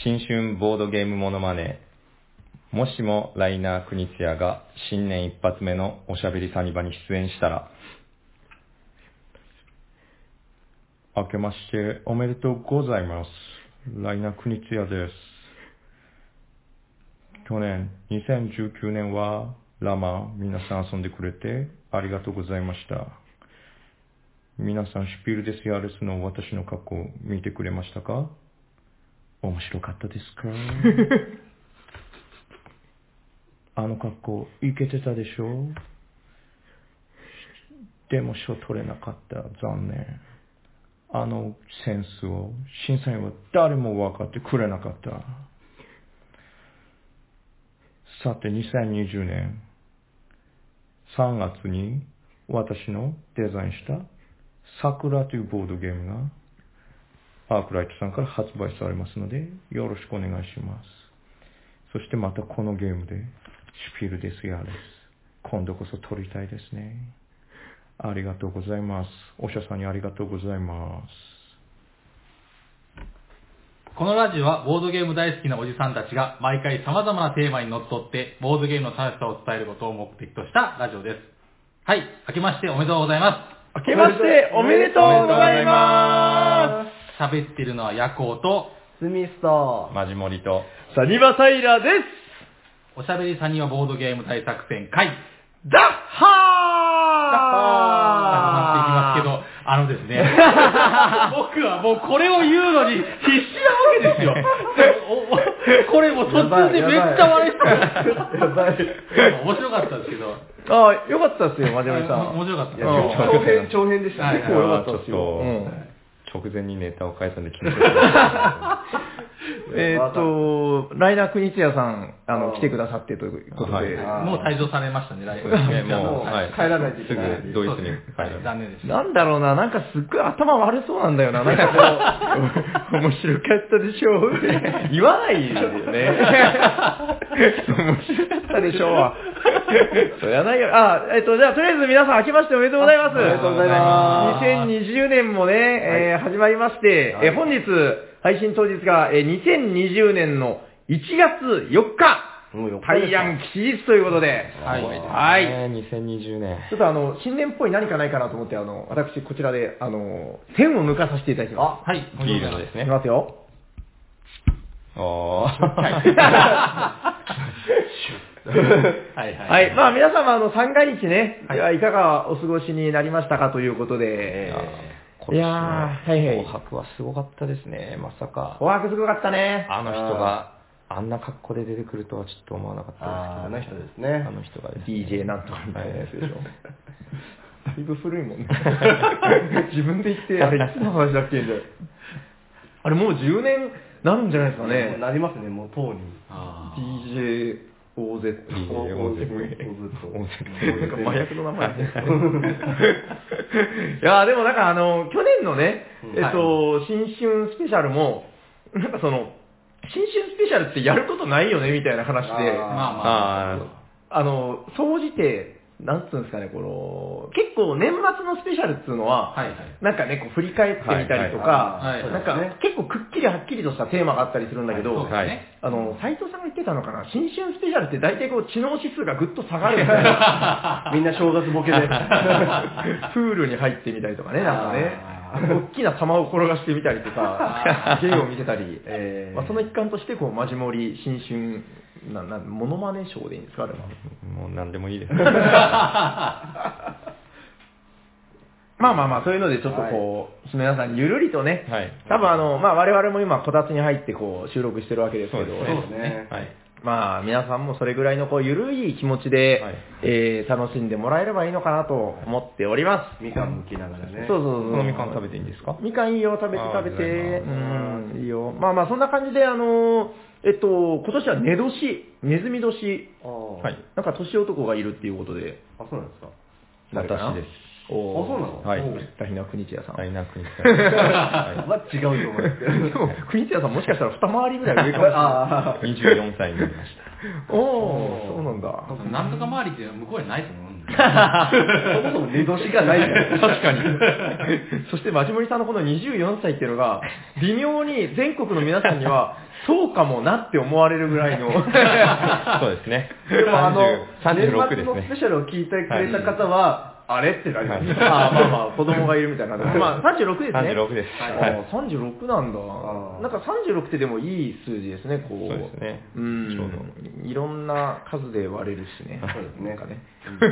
新春ボードゲームモノマネ。もしもライナー・クニツヤが新年一発目のおしゃべりサニバに出演したら、明けましておめでとうございます。ライナー・クニツヤです。去年2019年はラマ皆さん遊んでくれてありがとうございました。皆さんシュピールデスヤーレスの私の格好見てくれましたか？面白かったですか？あの格好イケてたでしょ？でも賞取れなかった。残念。あのセンスを審査員は誰も分かってくれなかった。さて2020年3月に私のデザインした桜というボードゲームがアークライトさんから発売されますのでよろしくお願いします。そしてまたこのゲームでシュピールデスヤーレス今度こそ取りたいですね。ありがとうございます。お医者さんにありがとうございます。 このラジオはボードゲーム大好きなおじさんたちが毎回様々なテーマにのっとってボードゲームの楽しさを伝えることを目的としたラジオです。はい、明けましておめでとうございます。 明けましておめでとうございます。 喋ってるのはヤコウとスミスとマジモリとサニバタイラです。 おしゃべりさにはボードゲーム大作戦会ダッハ始まっていきますけど、ですね、僕はもうこれを言うのに必死なわけですよ。これもう途中でめっちゃ笑いそう。やばい。面白かったですけど。 ああ、よかったですよ、マジモリさん。 面白かった。 長編でしたね。 結構よかったですよ。 直前にネタを返さんで緊張してまライナー・クニツヤさん、来てくださってということで。 もう退場されましたね、ライナー。もう、 帰らないといけない。 すぐドイツに帰る。 残念でした。 なんだろうな、なんかすっごい頭悪そうなんだよな。なんかこう、面白かったでしょう。言わないですよね。面白かったでしょうは。そりゃないよ。じゃあとりあえず皆さん明けましておめでとうございます。 おめでとうございます。 2020年もね、始まりまして、本日、配信当日が、2020年の1月4日、大安吉日ということで、 はい。2020年。 ちょっと新年っぽい何かないかなと思って、私こちらで、線を抜かさせていただきます。 はい。 ビールのですね。 いきますよ。はい。まあ皆様三が日ね、いかがお過ごしになりましたかということで、 いやー、紅白はすごかったですね、まさか。 紅白すごかったね。 あの人があんな格好で出てくるとはちょっと思わなかったですけど。 あの人ですね。 あの人がですね。 DJ なんとかみたいなやつでしょ。だいぶ古いもんね。自分で言って、あれいつの話だっけんじゃあれもう10年なるんじゃないですかね。 なりますね、もうとうに。 DJ OZ。麻薬の名前。いやでもなんか去年のね、新春スペシャルも、なんか新春スペシャルってやることないよねみたいな話で、総じて、なんつうんですかね、結構年末のスペシャルっていうのは、なんかね、振り返ってみたりとか、なんか結構くっきりはっきりとしたテーマがあったりするんだけど、斉藤さんが言ってたのかな、新春スペシャルって大体知能指数がぐっと下がるみたいな。 みんな正月ボケで。 プールに入ってみたりとかね、なんかね、大きな玉を転がしてみたりとか、芸を見てたり、その一環としてマジモリ新春、モノマネショーでいいんですか、あれは。 もう何でもいいです。 まあ、そういうのでちょっと皆さんゆるりとね、多分我々も今こたつに入って収録してるわけですけど、 そうですね。 まあ皆さんもそれぐらいのゆるい気持ちで、楽しんでもらえればいいのかなと思っております。 みかん剥きながらね。 そう。 このみかん食べていいんですか？ みかんいいよ、食べて。いいよ。まあそんな感じで今年はネズミ年。なんか年男がいるっていうことで。 あ、そうなんですか。 私です。 そうなの？ はい。 ライナー・クニチヤさん。 ライナー・クニチヤさん。 は違うと思いますけど。 でも、クニチヤさんもしかしたら二回りぐらい上かもしれない。 24歳になりました。 そうなんだ。 なんとか周りって向こうにないと思うんそもそも寝年がないじゃん。 確かに。そしてマジモリさんのこの24歳っていうのが、微妙に全国の皆さんには、そうかもなって思われるぐらいの。 そうですね。 でも 36です年末のスね。 ペシャルを聞いてくれた方は、あれってなります。 まあまあ、子供がいるみたいな。まあ、36ですね。 36です。 あはい。 36なんだ。なんか36ってでもいい数字ですね、こう。 そうですね。 うん。 ちょうどいろんな数で割れるしね。 そうですねなんかね。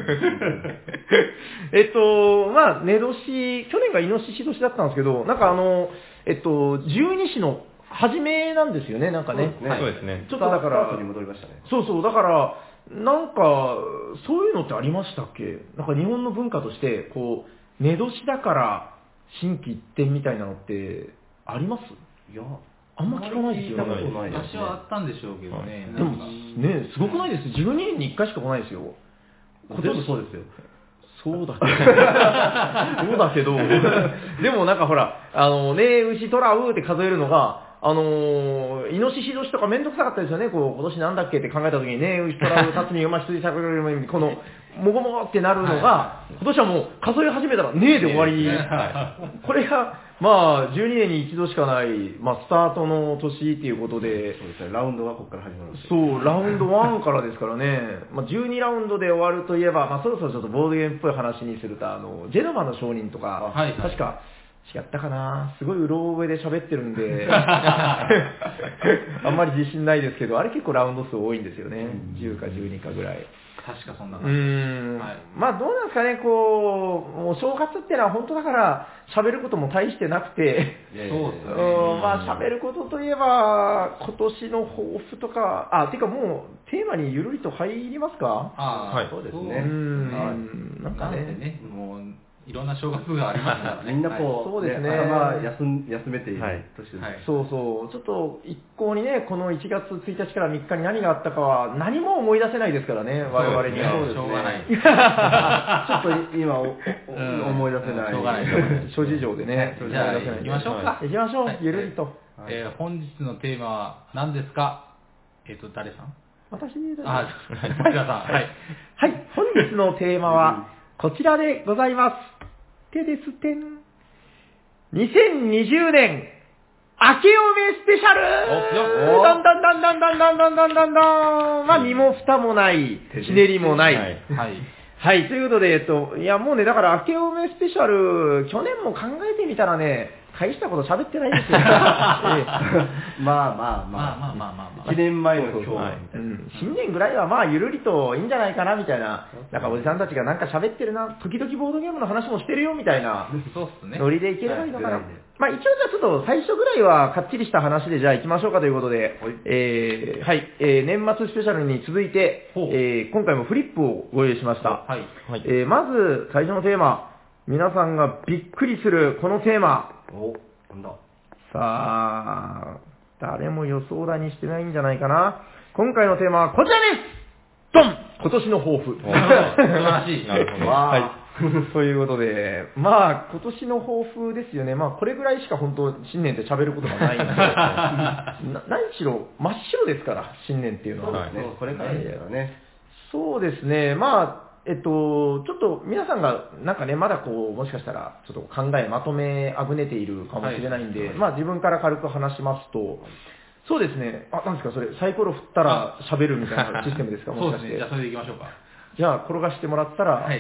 まあ、寝年、去年がイノシシ年だったんですけど、なんか十二支の初めなんですよね、なんかね。 そうですね。 ちょっとだからスタートに戻りましたね。 そうそう、だから、なんか、そういうのってありましたっけ？なんか日本の文化として、こう、寝年だから心機一転みたいなのってあります？ いや、 あんま聞かないですよね。 聞いたことないですね昔はあったんでしょうけどね。 でもなんかね、すごくないです。12年に1回しか来ないですよ。 全部そうですよ。 そうだけど、そうだけど、でもなんかほら、ね、牛、トラ、ウーって数えるのが、イノシシ年とかめんどくさかったですよね。こう、今年なんだっけって考えたときにね、牛、トラ、ウー、タツニ、馬、羊、サクラよりこの、もごもごってなるのが、今年はもう数え始めたらねえで終わり。これが、まあ、12年に一度しかない、まあ、スタートの年っていうことで、 そうですね、ラウンドはここから始まるんですよ。 そう、ラウンド1からですからね、まあ、12ラウンドで終わるといえば、まあ、そろそろちょっとボードゲームっぽい話にすると、ジェノバの商人とか、 はい確か、違ったかな、すごいうろ覚えで喋ってるんで、あんまり自信ないですけど、あれ結構ラウンド数多いんですよね、10か12かぐらい。 確かそんなう感じ。 ん、 はいまあどうなんですかね、こう、お正月ってのは本当だから喋ることも大してなくて、 そうですね。 まあ喋ることといえば、今年の抱負とか、てかもうテーマにゆるりと入りますか？ ああ、 はいそうですうね。 ん、 ななんかね。 んでね、もう、いろんな正月がありますからね。 みんなこう、 そうですね頭休めているはい年です。 はいそうそう、ちょっと一向にね、この1月1日から3日に何があったかは何も思い出せないですからね、我々には。 そうですねしょうがない。 ちょっと今思い出せない。 しょうがないしょうがない諸事情でね。 じゃあ、行きましょうか。 行きましょう、 はいゆるりと。 本日のテーマは何ですか？誰さん？ 私であ、こちらさん。はい。 はい、本日のテーマはこちらでございます。てですてん。2020年、明けおめスペシャルだんだんだんだんだんだんだんだんだんだん。まあ、身も蓋もない、ひねりもない。 はいはい。 はい、ということで、いや、もうね、だから、明けおめスペシャル、去年も考えてみたらね、大したこと喋ってないですよ。 まあまあまあ。 まあまあ。 1年前の今日そうそうはみたいな。 新年ぐらいはまあゆるりといいんじゃないかなみたいな、なんかおじさんたちがなんか喋ってるな、時々ボードゲームの話もしてるよみたいなそうっすね。 ノリでいければいいのかな。 はいまあ一応じゃあちょっと最初ぐらいはかっちりした話でじゃあ行きましょうかということで、はい、年末スペシャルに続いて、 ほう今回もフリップをご用意しました。 はい。 はい。 まず最初のテーマ、皆さんがびっくりするこのテーマ、 お、なんだ。 さあ、誰も予想だにしてないんじゃないかな。今回のテーマはこちらですドン今年の抱負。 素晴らしい。 なるほど。 わはい。ということで、まあ、今年の抱負ですよね。まあ、これぐらいしか本当、新年って喋ることがないんで、何しろ、真っ白ですから、新年っていうのは。 はいね、これからですからね。 そうですね、まあ、ちょっと皆さんがなんかね、まだこう、もしかしたら、ちょっと考えまとめあぐねているかもしれないんで、まあ自分から軽く話しますと、そうですね、なんですか、それ、サイコロ振ったら喋るみたいなシステムですか、もしかして。 そうですね。じゃあ、それで行きましょうか。 じゃあ、転がしてもらったら、 はい。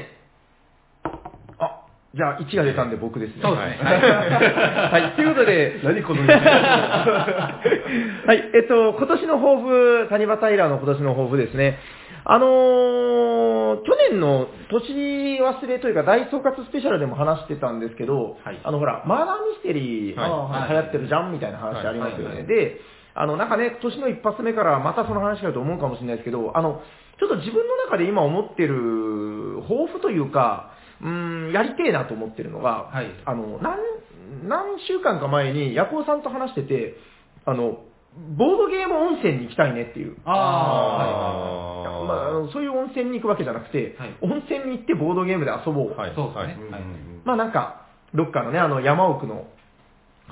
じゃあ1が出たんで僕ですね。 そうですね。 はい。ということで、 何このはい、今年の抱負、谷場平の今年の抱負ですね。去年の年忘れというか大総括スペシャルでも話してたんですけど、 はいほら、マーダーミステリー、 はい流行ってるじゃんみたいな話ありますよね。 はいで、なんかね、年の一発目からまたその話があると思うかもしれないですけど、ちょっと自分の中で今思ってる抱負というか、やりてえなと思ってるのが、 はい何週間か前にヤコウさんと話してて、ボードゲーム温泉に行きたいねっていう。まあ、そういう温泉に行くわけじゃなくて、 はい温泉に行ってボードゲームで遊ぼう。 はい。 そうですね。はい。 まあなんか、どっかのね、山奥の、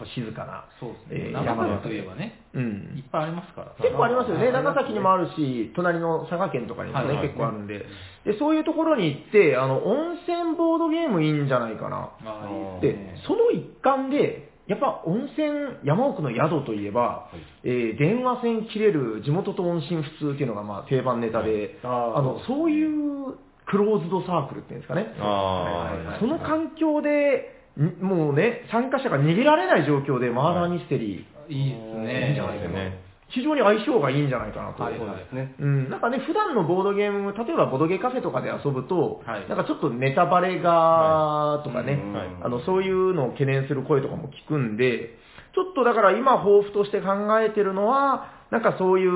静かな。 そうですね。長崎といえばね、いっぱいありますから。 結構ありますよね。長崎にもあるし、隣の佐賀県とかにもね、結構あるんで。で、そういうところに行って、温泉ボードゲームいいんじゃないかな。で、その一環で、やっぱ温泉、山奥の宿といえば、電話線切れる地元と音信不通っていうのがまあ定番ネタで、そういうクローズドサークルっていうんですかね。その環境で、もうね、参加者が逃げられない状況でマーダーミステリー、 いいですね。 いいんじゃないかな。非常に相性がいいんじゃないかなと。 そうですね。 なんかね、普段のボードゲーム、例えばボードゲーカフェとかで遊ぶと、なんかちょっとネタバレが、とかね、そういうのを懸念する声とかも聞くんで、ちょっとだから今抱負として考えてるのは、なんかそういう、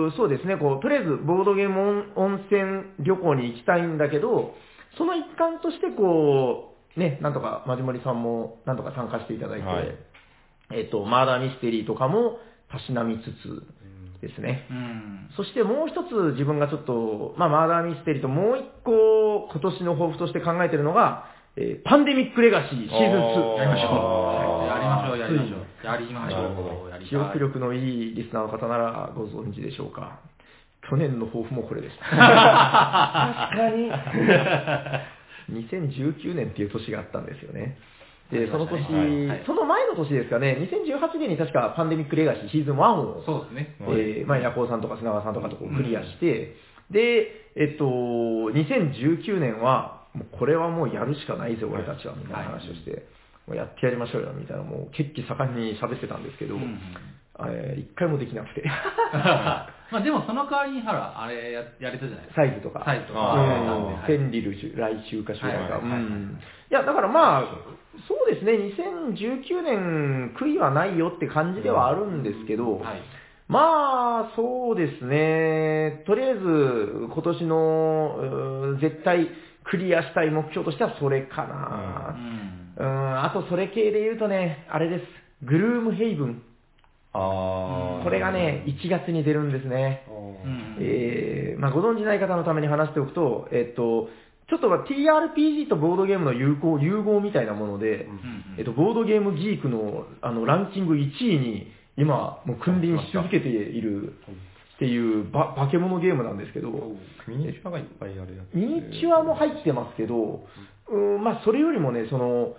そうですね、こう、とりあえずボードゲーム温泉旅行に行きたいんだけど、その一環としてこう、ね、なんとか、まじもりさんもなんとか参加していただいて、マーダーミステリーとかもたしなみつつですね。そしてもう一つ自分がちょっと、まあマーダーミステリーともう一個今年の抱負として考えてるのが、パンデミックレガシーシーズン2。 やりましょう。やりましょう。 記憶力のいいリスナーの方ならご存知でしょうか。去年の抱負もこれでした。確かに。2019年っていう年があったんですよね。で、その年、その前の年ですかね、2018年に確かパンデミックレガシーシーズン1を、 そうですね。 まあ、ヤコウさんとか砂川さんとかとこうクリアして、で、2019年は、もうこれはもうやるしかないぜ、俺たちは、みたいな話をして、もうやってやりましょうよ、みたいな、もう血気盛んに喋ってたんですけど、一回もできなくて。 まあでもその代わりにほら、あれやれたじゃないですか。 サイズとか。センリル来週か週か。いや、だからまあ、そうですね、2019年悔いはないよって感じではあるんですけど、まあ、そうですね、とりあえず今年の絶対クリアしたい目標としてはそれかな。あとそれ系で言うとね、あれです。グルームヘイブン。これがね、1月に出るんですね。まあ、ご存じない方のために話しておくと、ちょっとTRPG とボードゲームの融合みたいなもので、ボードゲームギークのランキング1位に今もう君臨し続けているっていう化け物ゲームなんですけど、 ミニチュアがいっぱいあるやつ。 ミニチュアも入ってますけど、まあそれよりもね、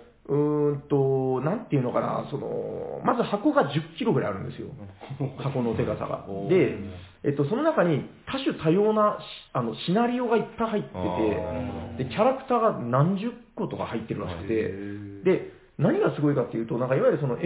なんていうのかな、まず箱が10キロぐらいあるんですよ。箱のでかさが。で、その中に多種多様なシナリオがいっぱい入ってて、で、キャラクターが何十個とか入ってるらしくて、で、何がすごいかっていうと、なんかいわゆるその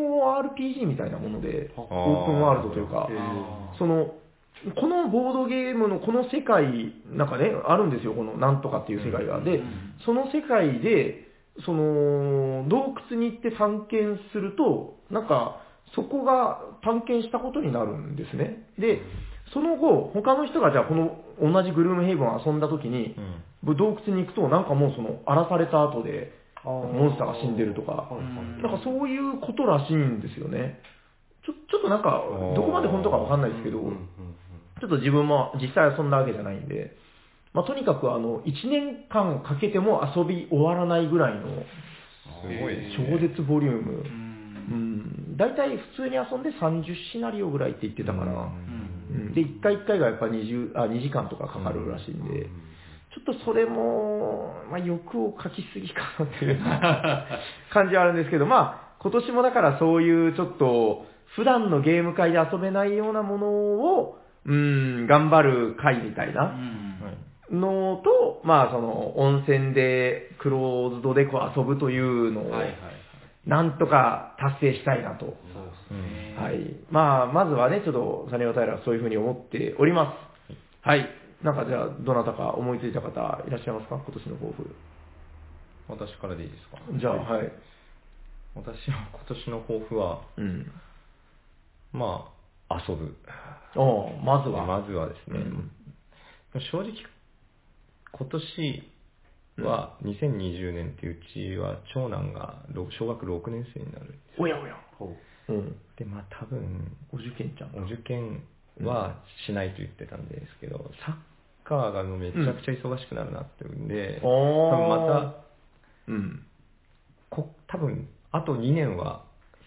MMORPG みたいなもので、オープンワールドというか、このボードゲームのこの世界、なんかね、あるんですよ、このなんとかっていう世界が。で、その世界で、洞窟に行って探検すると、なんか、そこが探検したことになるんですね。で、その後、他の人がじゃあこの同じグルームヘイブンを遊んだ時に、洞窟に行くと、なんかもう荒らされた後で、モンスターが死んでるとか、なんかそういうことらしいんですよね。ちょっとなんか、どこまで本当かわかんないですけど、ちょっと自分も実際遊んだわけじゃないんで、まあ、とにかく1年間かけても遊び終わらないぐらいの超絶ボリューム。だいたい普通に遊んで30シナリオぐらいって言ってたから、で、1回1回がやっぱ2時間とかかかるらしいんで、ちょっとそれも、まあ、欲をかきすぎかなっていう感じはあるんですけど、まあ、今年もだからそういうちょっと、普段のゲーム会で遊べないようなものを、頑張る会みたいなのと、まあ、温泉でクローズドでこう遊ぶというのを、なんとか達成したいなと。はい。まあ、まずはね、ちょっと、サネオタイラはそういうふうに思っております。はい。なんかじゃあ、どなたか思いついた方いらっしゃいますか、今年の抱負。 私からでいいですか。 じゃあ、はい。 私は今年の抱負は、まあ、遊ぶ。 まずは。 まずはですね、正直、今年は2020年ってうちは長男が小学6年生になるんです。 おやおや。 で、まあ多分、 お受験ちゃん。 お受験はしないと言ってたんですけど、サッカーがめちゃくちゃ忙しくなるなっていうんで、多分また、多分あと2年は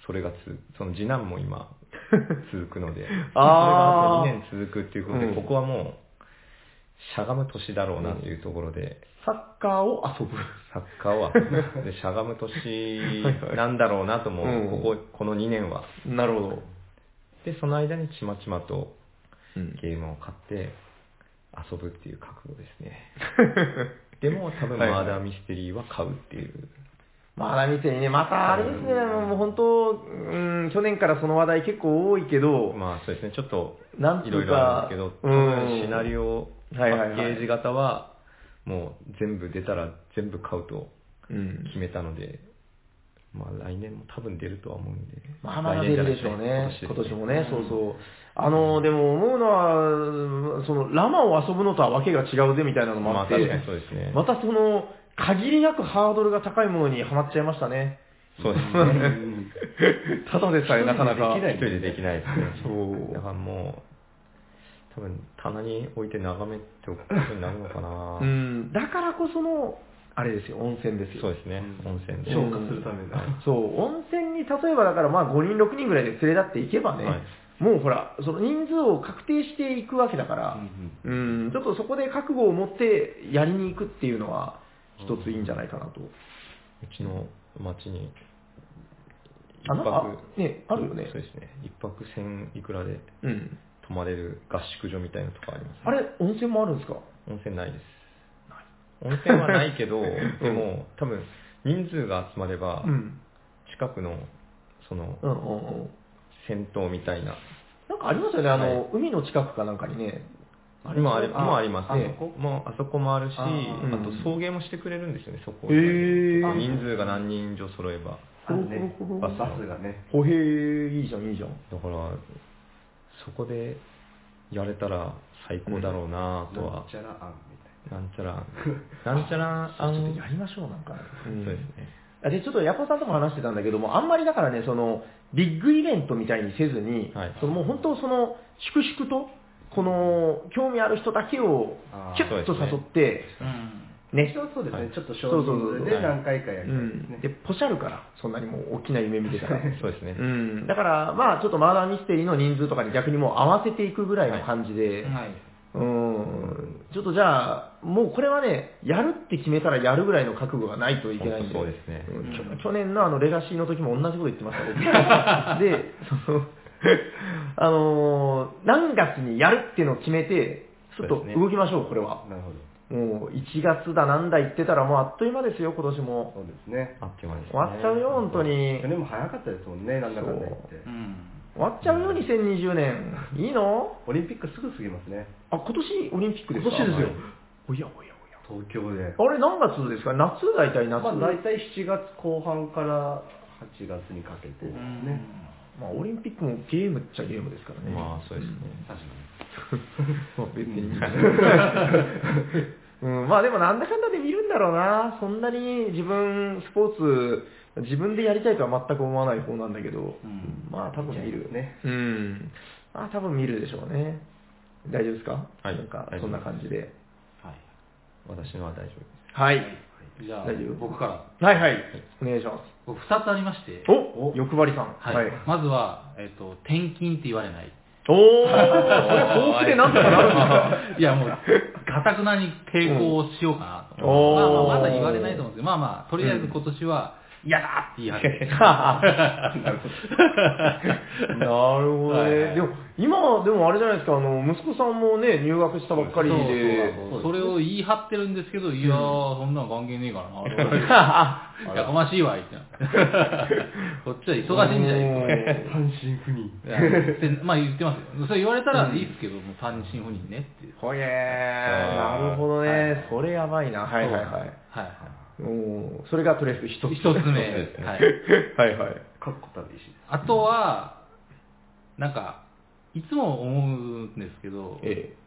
それがその次男も今続くので、それがあーあと2年続くっていうことで、 うんここはもうしゃがむ年だろうなっていうところで、 サッカーを遊ぶ。 サッカーはでしゃがむ年なんだろうなとも、 うんこの2年は。 なるほど。 で、その間にちまちまとうんゲームを買って遊ぶっていう覚悟ですね。でも多分はいはいマーダーミステリーは買うっていう。 まだ見てね、またあれですね、もう本当、去年からその話題結構多いけど、 まあそうですね、ちょっとなんつうかいろいろあるんですけど、多分シナリオ、パはいはいはいッケージ型はもう全部出たら全部買うとうん決めたので、まあ来年も多分出るとは思うんで。 まあまだ出るでしょうね、今今年年もね、そうそう。でも思うのは、そのラマを遊ぶのとはわけが違うぜみたいなのもあって、 まあ確かにそうですね。 またその、限りなくハードルが高いものにはまっちゃいましたね。 そうですね。 ただでさえなかなか。 一人でできないですね。 そうだからもう、多分棚に置いて眺めておくことになるのかな。 だからこその、あれですよ、温泉ですよ。 そうですね、温泉で。 消化するための。 そう、温泉に例えばだからまあ5人、6人ぐらいで連れ立っていけばね、 はいもうほら、その人数を確定していくわけだから、ちょっとそこで覚悟を持ってやりに行くっていうのは、一ついいんじゃないかなと。 うちの町に、一あなんか泊、 ねあるよねそうですね、一泊1000いくらでうん。 泊まれる合宿所みたいなとこあります。 あれ、温泉もあるんですか？ 温泉ないです。温泉はないけど、でも、多分、人数が集まれば、 うん。 近くの、その、 うんうんうん。 銭湯みたいな、 なんかありますよね、 はい海の近くかなんかにね。 今ありますねあそこ。 もうあそこもあるし、あうんと送迎もしてくれるんですよね、そこ。 へー人数が何人以上揃えば。 あるねほほほバスがね。 ほへー、いいじゃん、いいじゃん。 だから、そこでやれたら最高だろうなとはなん。ちゃらあんみたいなんちゃら、なんちゃら、 ちょっとやりましょう、なんか。 そうですね。 で、ちょっとヤコさんとも話してたんだけども、あんまりだからね、その、ビッグイベントみたいにせずに、 はいそのもう本当その、粛々と、この、興味ある人だけをあー、 キュッと誘って、 うん。 ね。 な。そうですね、ちょっと少そうそう人数で何回かやりたいですね。 で、ポシャるから、そんなにもう大きな夢見てたら。 そうですね。 だから、まあ、ちょっとマーダーミステリーの人数とかに逆にもう合わせていくぐらいの感じで、 はい。 ちょっとじゃあ、もうこれはね、やるって決めたらやるぐらいの覚悟がないといけないんで、 そうですね。 去年のレガシーの時も同じこと言ってました僕で、何月にやるっていうのを決めて、ちょっと動きましょう、これは。 なるほど。 もう1月だなんだ言ってたらもうあっという間ですよ、今年も。 そうですね。 あっという間ですね。 終わっちゃうよ、本当に去。年も早かったですもんね、なんだかんだ言ってう。ん。 終わっちゃうよ、2020年。いいのオリンピックすぐ過ぎますね。 あ、今年オリンピックですか？ 今年ですよおやおやおや。 東京で。 あれ何月ですか？夏大体夏。 まあ大体7月後半から8月にかけてですね。 まあオリンピックもゲームっちゃゲームですからね。 まあ、そうですね。 確かまあ別に。まあでもなんだかんだで見るんだろうな。そんなに自分、スポーツ、自分でやりたいとは全く思わない方なんだけど、まあ多分見る。 ね。 まあ多分見るでしょうね。大丈夫ですか？ はいなんか大丈夫ですそんな感じで。 はい。 私のは大丈夫です。 はい。 じゃあ大丈夫、 僕から。 はいはい。お願いします。 僕2つありまして。 お欲張りさん。 はい。まずは、転勤って言われない。 おー、これ豊富でなんとかなるんですか？ いや、もう、かたくなに抵抗をしようかなと。 うんまあまあ、 おーまだ言われないと思うんですけど、まあまあ、とりあえず今年は、嫌だって言い始めて。 なるほどね。 はいはいでも、今はでもあれじゃないですか、息子さんもね、入学したばっかりで。 そうそれを言い張ってるんですけど、いやー、そんなの関係ねえからなとか言って。やかましいわ、言ってな。こっちは忙しいんじゃないか。 単身赴任。 いやってまあ言ってますよ。それ言われたらいいですけど、もう単身赴任ねっていう。 ほえー、なるほどね。それやばいな。はいはいはい。 はいはい。 それがとりあえず一つ。 一つ目。はい。 はいはい。 かっこたびしです。 あとは、なんか、いつも思うんですけど、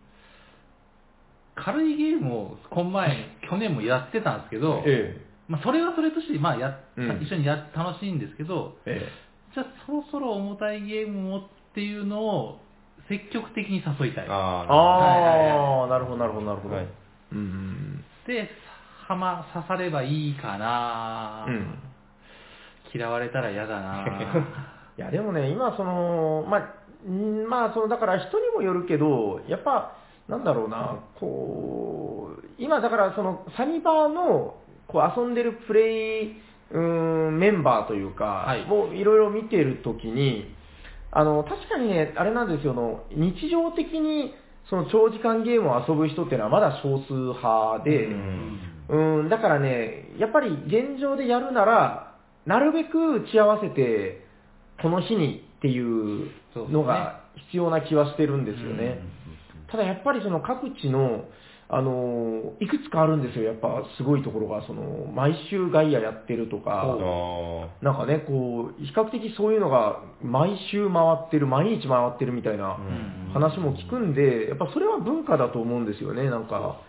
軽いゲームを去年もやってたんですけど、まあそれはそれとして、まあ一緒に楽しいんですけど、じゃあそろそろ重たいゲームをっていうのを積極的に誘いたい。 あー、なるほどなるほどなるほど。 で、刺さればいいかな、嫌われたら嫌だないや、でもね、今、だから人にもよるけど、やっぱ、なんだろうな、今、だから、サニバーの、遊んでるプレイ、メンバーというか、をいろいろ見てるときに、確かにね、あれなんですよ、日常的に、長時間ゲームを遊ぶ人っていうのはまだ少数派で、だからね、やっぱり現状でやるなら、なるべく打ち合わせて、この日にっていうのが必要な気はしてるんですよね。ただやっぱり各地の、いくつかあるんですよ、やっぱすごいところが、毎週ガイアやってるとか、なんかね、比較的そういうのが毎週回ってる、毎日回ってるみたいな話も聞くんで、やっぱそれは文化だと思うんですよね、なんか。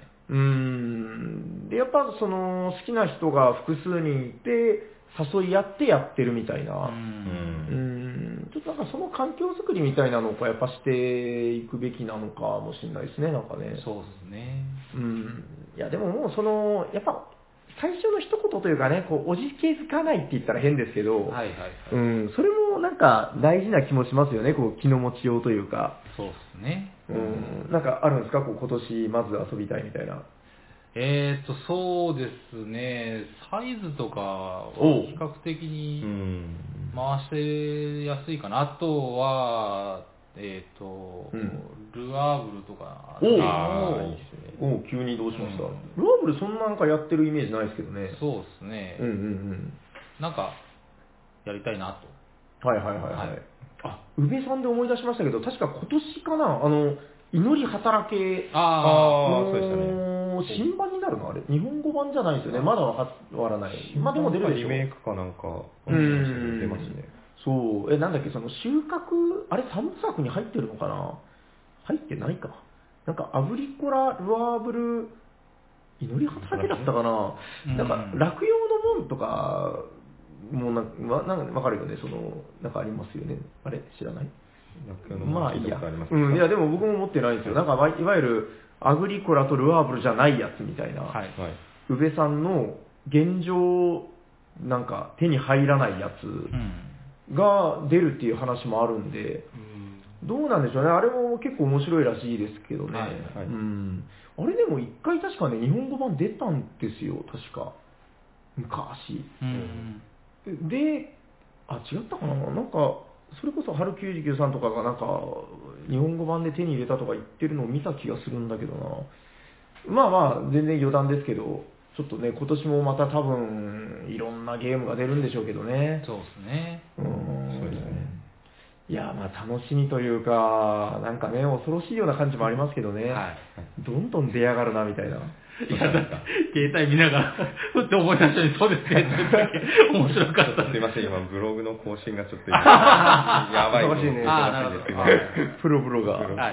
で、やっぱ好きな人が複数人いて、誘い合ってやってるみたいな。ちょっとなんかその環境づくりみたいなのをやっぱしていくべきなのかもしれないですね、なんかね。 そうですね。 いや、でももうやっぱ、最初の一言というかね、おじけづかないって言ったら変ですけど、それもなんか大事な気もしますよね、気の持ちようというか。 そうですね。 なんかあるんですか、今年まず遊びたいみたいな。 そうですね、サイズとかは比較的に回してやすいかな。あとは、ルアーブルとか。 いいですね。急にどうしました、ルアーブルそんななんかやってるイメージないですけどね。 そうですね。なんか、やりたいなと。 はい。宇部さんで思い出しましたけど、確か今年かな、祈り働けそうでしたね。 新版になるのあれ日本語版じゃないですよね。まだわからない。まあでも出るでしょ。 リメイクかなんか出ますね。 そう。なんだっけ、収穫、あれ3部作に入ってるのかな、入ってないか。なんかアグリコラ、ルアーブル、祈り働けだったかな、なんか落葉の門とか、もうわかるよね、なんかありますよね。あれ知らない？まあいいや。いやでも僕も持ってないんですよ。なんかいわゆるアグリコラとルアーブルじゃないやつみたいな。宇部さんの現状なんか手に入らないやつが出るっていう話もあるんで、どうなんでしょうね。あれも結構面白いらしいですけどね。あれでも一回確かね日本語版出たんですよ、確か昔。で、違ったかな、なんかそれこそ春99さんとかがなんか日本語版で手に入れたとか言ってるのを見た気がするんだけどな。まあ全然余談ですけど、ちょっとね今年もまた多分いろんなゲームが出るんでしょうけどね。 そうですね。 そうですね。いやまあ楽しみというか、なんかね恐ろしいような感じもありますけどね。どんどん出やがるなみたいな。 いや、だって携帯見ながら、ふって思い出したように、そうですね、面白かった。 すいません、今、ブログの更新がちょっとやばい。 忙しいね。プロブロガー。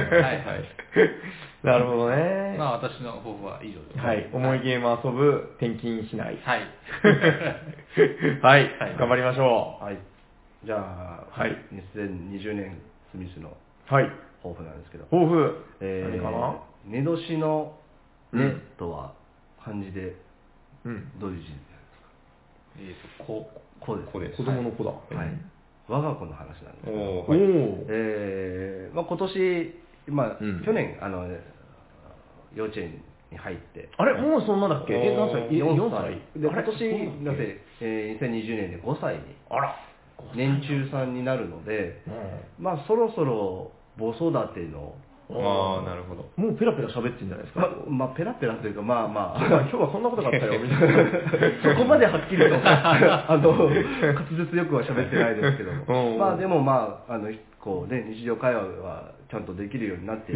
なるほどね。 まあ、私の抱負は以上です。 はい。重いゲーム遊ぶ、転勤しない。はい。はい。頑張りましょう。 はい。じゃあ、2020年スミスの抱負なんですけど。 抱負。何かな？ 寝年のねとは漢字でどういう字になるんですか？子です。 子供の子だ。 はい。我が子の話なんですけど、まあ今年去年幼稚園に入って、 あれもうそんなだっけ？何歳？4歳。 で今年だって2020年で5歳に年中さんになるので、まあそろそろ母育てのなるほど。 もうペラペラ喋ってんじゃないですか。 まあペラペラというかまあ今日はこんなことがあったよみたいな。 そこまではっきりと滑舌よくは喋ってないですけども、まあでもこうね日常会話はちゃんとできるようになってい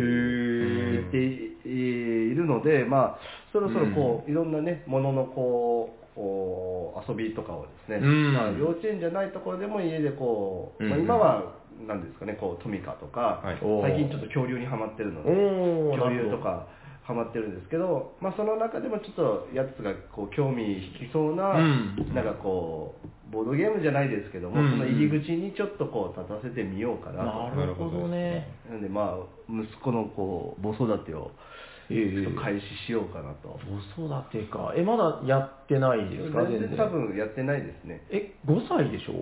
るので、まあそろそろこういろんなねもののこう遊びとかをですね、まあ幼稚園じゃないところでも家でこう、まあ今はなんですかね、こうトミカとか、最近ちょっと恐竜にハマってるので恐竜とかハマってるんですけど、まあその中でもちょっとやつがこう興味引きそうな、なんかこうボードゲームじゃないですけども、その入り口にちょっとこう立たせてみようかなと。 なるほどね。 なんでまあ息子のこう母育てをちょっと開始しようかなと。 子育てか。まだやってないですか？ 全然多分やってないですね。 5歳でしょ？5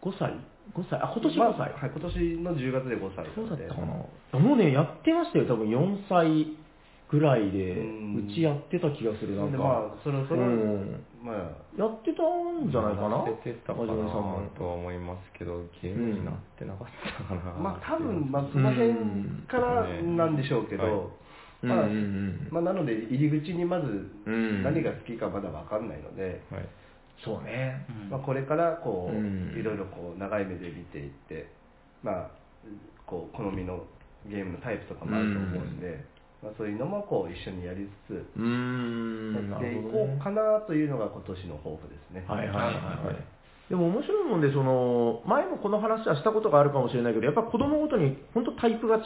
5歳今年5歳、 はい、今年の10月で5歳そうだったかな。もうね、やってましたよ、多分4歳ぐらいで、うちやってた気がする、なんか。 まあ、そろそろ、 まあ、やってたんじゃないかな。 やってたかなとは思いますけど、ゲームになってなかったかな。 まあ、多分、まあ、その辺からなんでしょうけど、まあ、なので、入り口にまず何が好きかまだ分かんないので、 そうね。 まあ、これからこう、いろいろこう長い目で見ていって、まあ、こう好みのゲームのタイプとかもあると思うんで、まあ、そういうのもこう一緒にやりつつやっていこうかなというのが今年の抱負ですね。 はいはいはい、はい。でも面白いもんで、その前もこの話はしたことがあるかもしれないけど、やっぱ子供ごとに本当タイプが違って、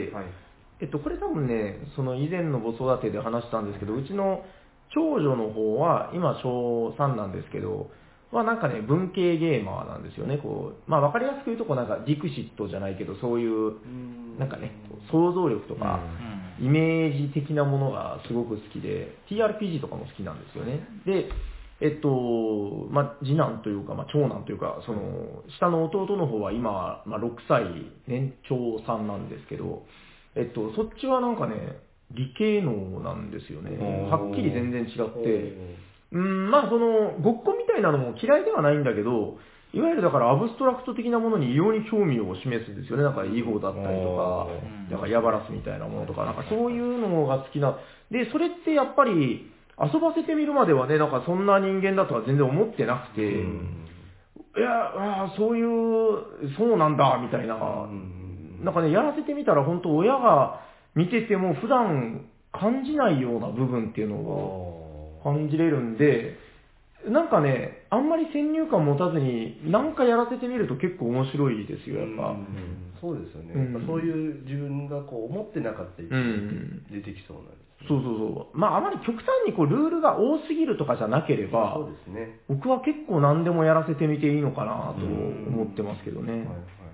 これ多分ね、その以前の子育てで話したんですけど、うちの長女の方は今小3なんですけど、まあなんかね、文系ゲーマーなんですよね。こう、まあわかりやすく言うと、こうなんかディクシットじゃないけど、そういう、なんかね、想像力とか、イメージ的なものがすごく好きで、TRPG とかも好きなんですよね。で、まあ次男というか、まあ長男というか、その、下の弟の方は今、まあ6歳、年長さんなんですけど、そっちはなんかね、理系能なんですよね。はっきり全然違って、まあその、ごっこみたいなのも嫌いではないんだけど、いわゆるだからアブストラクト的なものに異様に興味を示すんですよね。なんか囲碁だったりとか、なんかヤバラスみたいなものとか、なんかそういうのが好きな。で、それってやっぱり遊ばせてみるまではね、なんかそんな人間だとは全然思ってなくて、いや、そういう、そうなんだ、みたいな。なんかね、やらせてみたら本当親が見てても普段感じないような部分っていうのを感じれるんで、なんかね、あんまり先入観持たずに何かやらせてみると結構面白いですよ、やっぱ。 そうですよね。やっぱそういう自分がこう思ってなかったり出てきそうなんです、ね。 そう。まああまり極端にこうルールが多すぎるとかじゃなければ、 そうですね。 僕は結構何でもやらせてみていいのかなと思ってますけどね。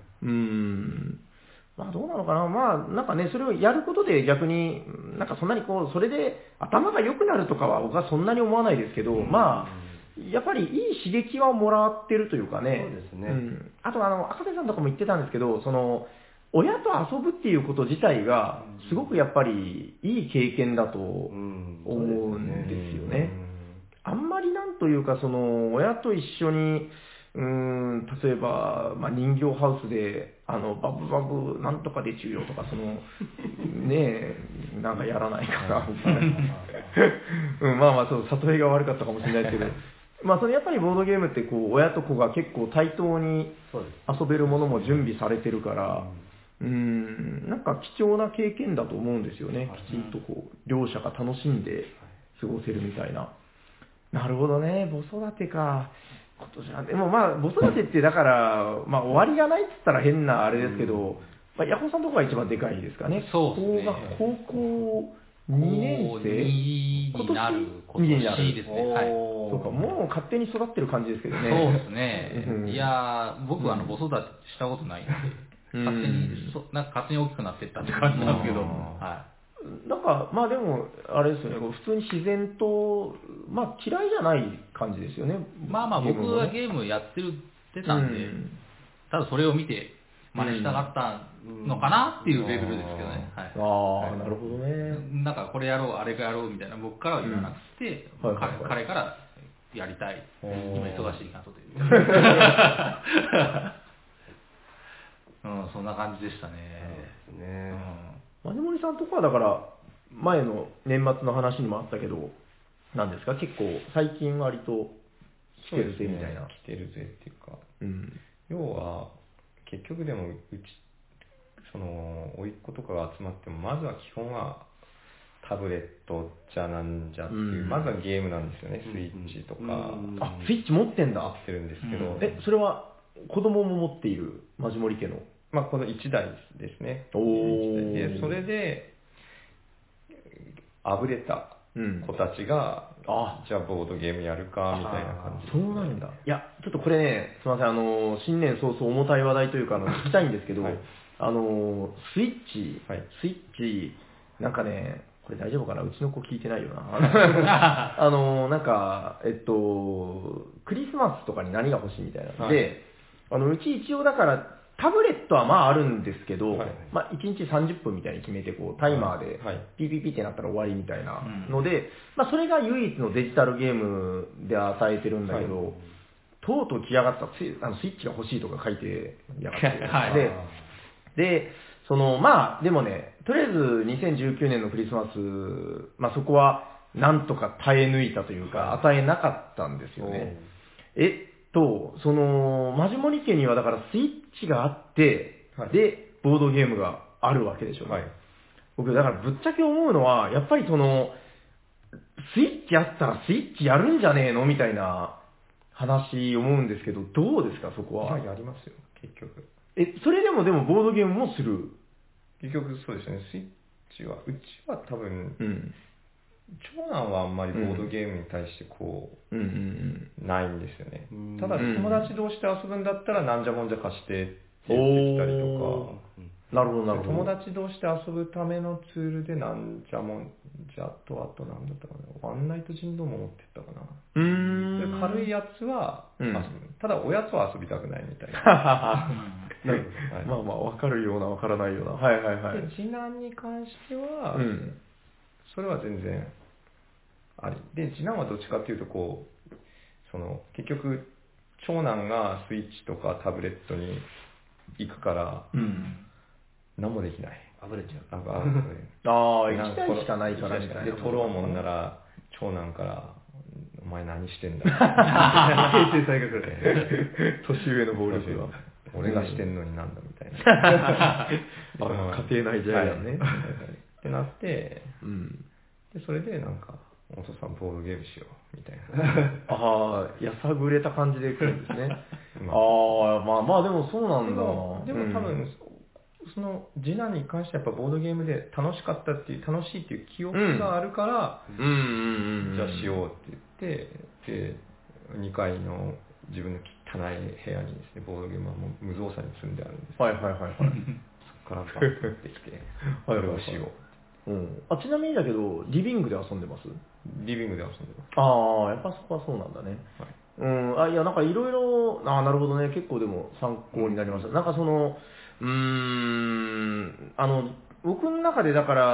まあどうなのかな、まあなんかね、それをやることで逆に、なんかそんなにこう、それで頭が良くなるとかは僕はそんなに思わないですけど、まあ、やっぱりいい刺激はもらってるというかね。 そうですね。 あと赤瀬さんとかも言ってたんですけど、その、親と遊ぶっていうこと自体が、すごくやっぱりいい経験だと思うんですよね。あんまりなんというか、その、親と一緒に、例えば、まあ、人形ハウスで、バブバブなんとかでちゅうよとか、その、ねえ、なんかやらないから、まあまあ、そう、例えが悪かったかもしれないですけど、まあ、それやっぱりボードゲームって、こう、親と子が結構対等に遊べるものも準備されてるから、なんか貴重な経験だと思うんですよね。きちんとこう、両者が楽しんで過ごせるみたいな。なるほどね、子育てか。今年はでもまあ、子育てってだから、まあ終わりがないって言ったら変なあれですけど、まあ、ヤホーさんのところが一番でかいですかね。 そうですね。 高校2年生今年ですね。はい。 そうか、もう勝手に育ってる感じですけどね。 そうですね。いやー、僕は子育てしたことないんで、なんか勝手に大きくなっていったって感じなんですけど、はい。 なんか、まあでも、あれですよね、普通に自然と、まあ嫌いじゃない感じですよね。 まあまあ僕はゲームやってたんで、ただそれを見て真似したかったのかなっていうレベルですけどね。はい、 ああ、なるほどね。 なんかこれやろう、あれやろうみたいな僕からは言わなくて、彼からやりたい。今忙しいからという。そんな感じでしたね。 マネモリさんとこはだから、前の年末の話にもあったけど、なんですか、結構最近割と来てるぜみたいな。 来てるぜっていうか、要は、結局でも、その、甥っ子とかが集まっても、まずは基本は、タブレットじゃなんじゃっていう、まずはゲームなんですよね、スイッチとか。 あ、スイッチ持ってんだ。 持ってるんですけど。 それは子供も持っている、マジモリ家の。 まあ、この1台ですね。で、それで、あぶれた子たちが、じゃあボードゲームやるか、みたいな感じ、 そうなんだ。いや、ちょっとこれね、すみません、新年早々重たい話題というか、聞きたいんですけど、スイッチ、なんかね、これ大丈夫かな、うちの子聞いてないよな。なんか、クリスマスとかに何が欲しいみたいな。で、 うち一応だから、タブレットはまああるんですけど、 はいまあ1日30分みたいに決めて、こう、タイマーではい、 ピーピーピーってなったら終わりみたいなので、まあそれが唯一のデジタルゲームで与えてるんだけど、とうとう来やがったスイッチが欲しいとか書いてやがって、 はいで、まあ、でもね、とりあえず2019年のクリスマス、まあそこはなんとか耐え抜いたというか、与えなかったんですよね。マジモリ家にはだからスイッチがあって、 はいで、ボードゲームがあるわけでしょうね。 はい。 僕、だからぶっちゃけ思うのは、やっぱりスイッチあったらスイッチやるんじゃねえのみたいな話思うんですけど、どうですか、そこは。 やりますよ、結局。 それでもボードゲームもする。 結局そうですよね、スイッチは、うちは多分、 うん。 長男はあんまりボードゲームに対してないんですよね。ただ友達同士で遊ぶんだったらなんじゃもんじゃ貸してって言ってきたりとか、 なるほどなるほど。 友達同士で遊ぶためのツールでなんじゃもんじゃと、あとなんだったかな、ワンナイト人狼も持ってったかな。で軽いやつは遊ぶ。ただおやつは遊びたくないみたいな。 まあまあ、わかるような、わからないような。はいはいはい。 で次男に関しては、それは全然あり。で、次男はどっちかっていうと、結局、長男がスイッチとかタブレットに行くから、何もできない。 あぶれちゃう。 行きたいしかないからみたいな。 で、取ろうもんなら、長男から、お前何してんだ平成最悪で。年上の暴力は。 俺がしてんのになんだみたいな。 家庭内ジャイアンね。 ってなって、で、それでなんか、お父さんボードゲームしよう、みたいな。 やさぐれた感じで来るんですね。まあでもそうなんだ。 でも多分、その次男に関してはやっぱボードゲームで楽しかったっていう、楽しいっていう記憶があるから、じゃあしようって言って、で、2階の自分の汚い部屋にですね、ボードゲームはもう無造作に積んであるんです。 はい。 そこからバッと取ってきて、これをしよう。 ちなみにだけど、リビングで遊んでます？ リビングで遊んでます。 やっぱそこはそうなんだね。いや、なんかいろいろ、なるほどね、結構でも参考になりました。なんか僕の中でだから、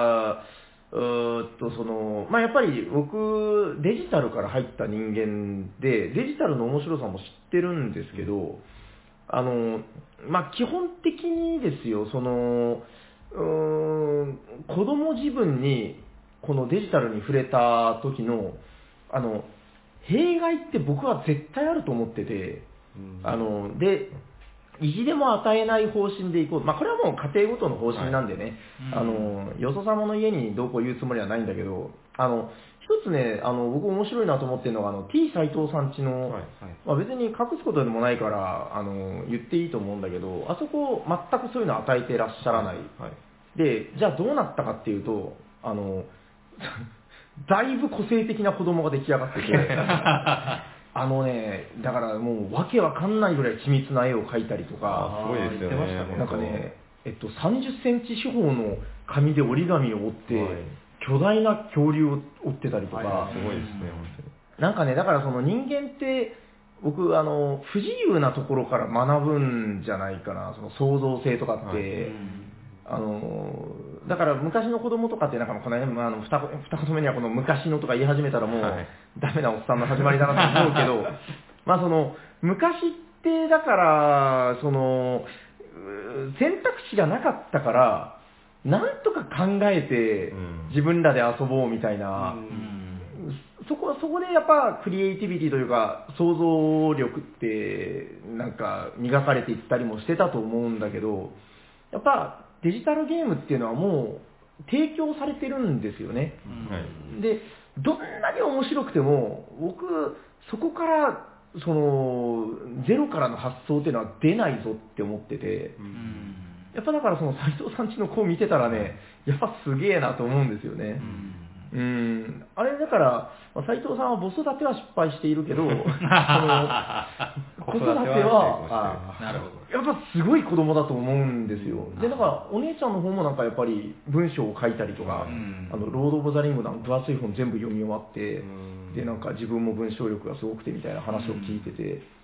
まあ、やっぱり僕、デジタルから入った人間で、デジタルの面白さも知ってるんですけど、まあ、基本的にですよ、子供自分にこのデジタルに触れた時の弊害って僕は絶対あると思ってて、で意地でも与えない方針でいこう、まあこれはもう家庭ごとの方針なんでね、よそ様の家にどうこう言うつもりはないんだけど、一つね、僕面白いなと思ってるのが、T 斎藤さんちの、まあ、別に隠すことでもないから、言っていいと思うんだけど、あそこ全くそういうの与えてらっしゃらない。で、じゃあどうなったかっていうと、だいぶ個性的な子供が出来上がってて、だからもうわけわかんないぐらい緻密な絵を描いたりとか、 すごいですよね。 なんかね、30センチ四方の紙で折り紙を折って、巨大な恐竜を折ってたりとか、 すごいですね、本当に。 なんかね、だからその人間って、僕、不自由なところから学ぶんじゃないかな、その創造性とかって、だから昔の子供とかって、なんかこの辺、二言目にはこの昔のとか言い始めたらもう、ダメなおっさんの始まりだなと思うけど、まあ昔ってだから、選択肢がなかったから、なんとか考えて自分らで遊ぼうみたいな、そこでやっぱクリエイティビティというか想像力ってなんか磨かれていったりもしてたと思うんだけど、やっぱデジタルゲームっていうのはもう提供されてるんですよね。で、どんなに面白くても僕そこからゼロからの発想っていうのは出ないぞって思ってて、やっぱだから斎藤さんちの子を見てたらね、やっぱすげえなと思うんですよね。あれだから、斎藤さんは子育ては失敗しているけど、子育ては、やっぱすごい子供だと思うんですよ。で、なんかお姉ちゃんの方もなんかやっぱり文章を書いたりとか、ロード・オブ・ザ・リングの分厚い本全部読み終わって、で、なんか自分も文章力がすごくてみたいな話を聞いてて、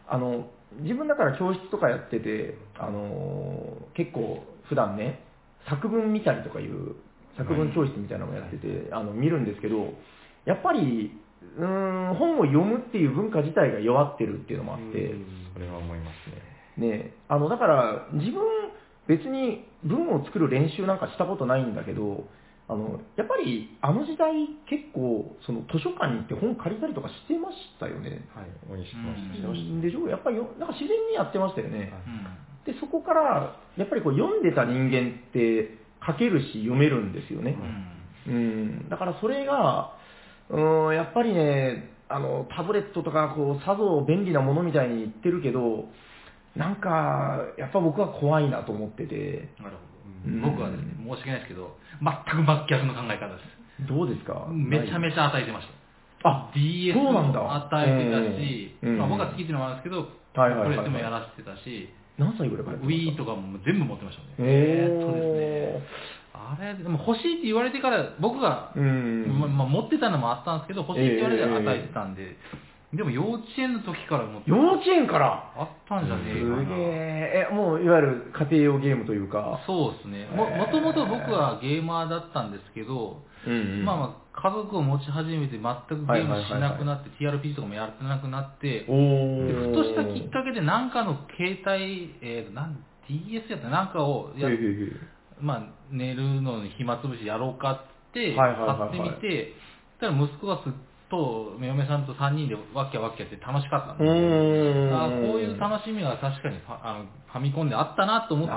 自分だから教室とかやってて、結構普段ね、作文見たりとかいう作文教室みたいなのもやってて、見るんですけど、やっぱり本を読むっていう文化自体が弱ってるっていうのもあって、 それは思いますね。 ね、だから自分別に文を作る練習なんかしたことないんだけど、やっぱり時代結構その図書館に行って本借りたりとかしてましたよね。 はい、応援してました。 でしょ、やっぱりなんか自然にやってましたよね。でそこからやっぱりこう読んでた人間って書けるし読めるんですよね。だからそれがやっぱりね、タブレットとかこうさぞ便利なものみたいに言ってるけど、なんかやっぱ僕は怖いなと思ってて。 なるほど。僕はですね、申し訳ないですけど、全く真逆の考え方です。 どうですか？ めちゃめちゃ与えてました。DS も与えてたし、僕は好きっていうのもあるんですけど、プレステもやらせてたし、 何歳ぐらいからやってました？ Wii とかも全部持ってましたね。そうですね。あれ、でも欲しいって言われてから、僕が、持ってたのもあったんですけど、欲しいって言われてから与えてたんで、でも幼稚園の時からも幼稚園からあったんじゃねえかな。 すげえ。もういわゆる家庭用ゲームというか。 そうですね。もともと僕はゲーマーだったんですけど、家族を持ち始めて全くゲームしなくなって、TRPG とかもやってなくなって、でふとしたきっかけで何かの携帯、DS やったなんかを寝るのに暇つぶしやろうかって買ってみて、そしたら息子がと嫁さんと3人でワッキャワッキャって楽しかったんですよ。こういう楽しみが確かにファミコンであったなと思って、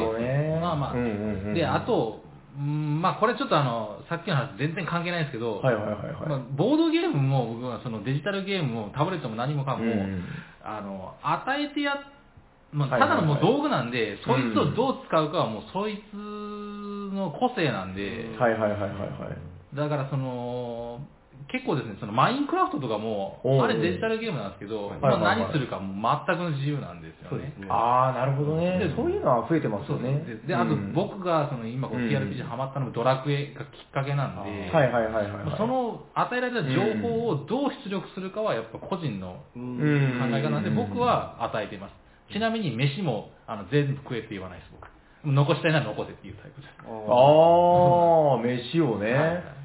で、あと、これちょっとさっきの話全然関係ないですけど、ボードゲームも僕はそのデジタルゲームもタブレットも何もかも、与えてただのもう道具なんで、そいつをどう使うかはもうそいつの個性なんで、だから結構ですね、そのマインクラフトとかも、あれデジタルゲームなんですけど、何するかも全くの自由なんですよね。 なるほどね。そういうのは増えてますよね。 で、あと僕が今この TRPG ハマったのもドラクエがきっかけなんで、その与えられた情報をどう出力するかはやっぱ個人の考え方なんで、僕は与えています。ちなみに飯も全部食えって言わないです、僕。残したいなら残せっていうタイプです。 飯をね。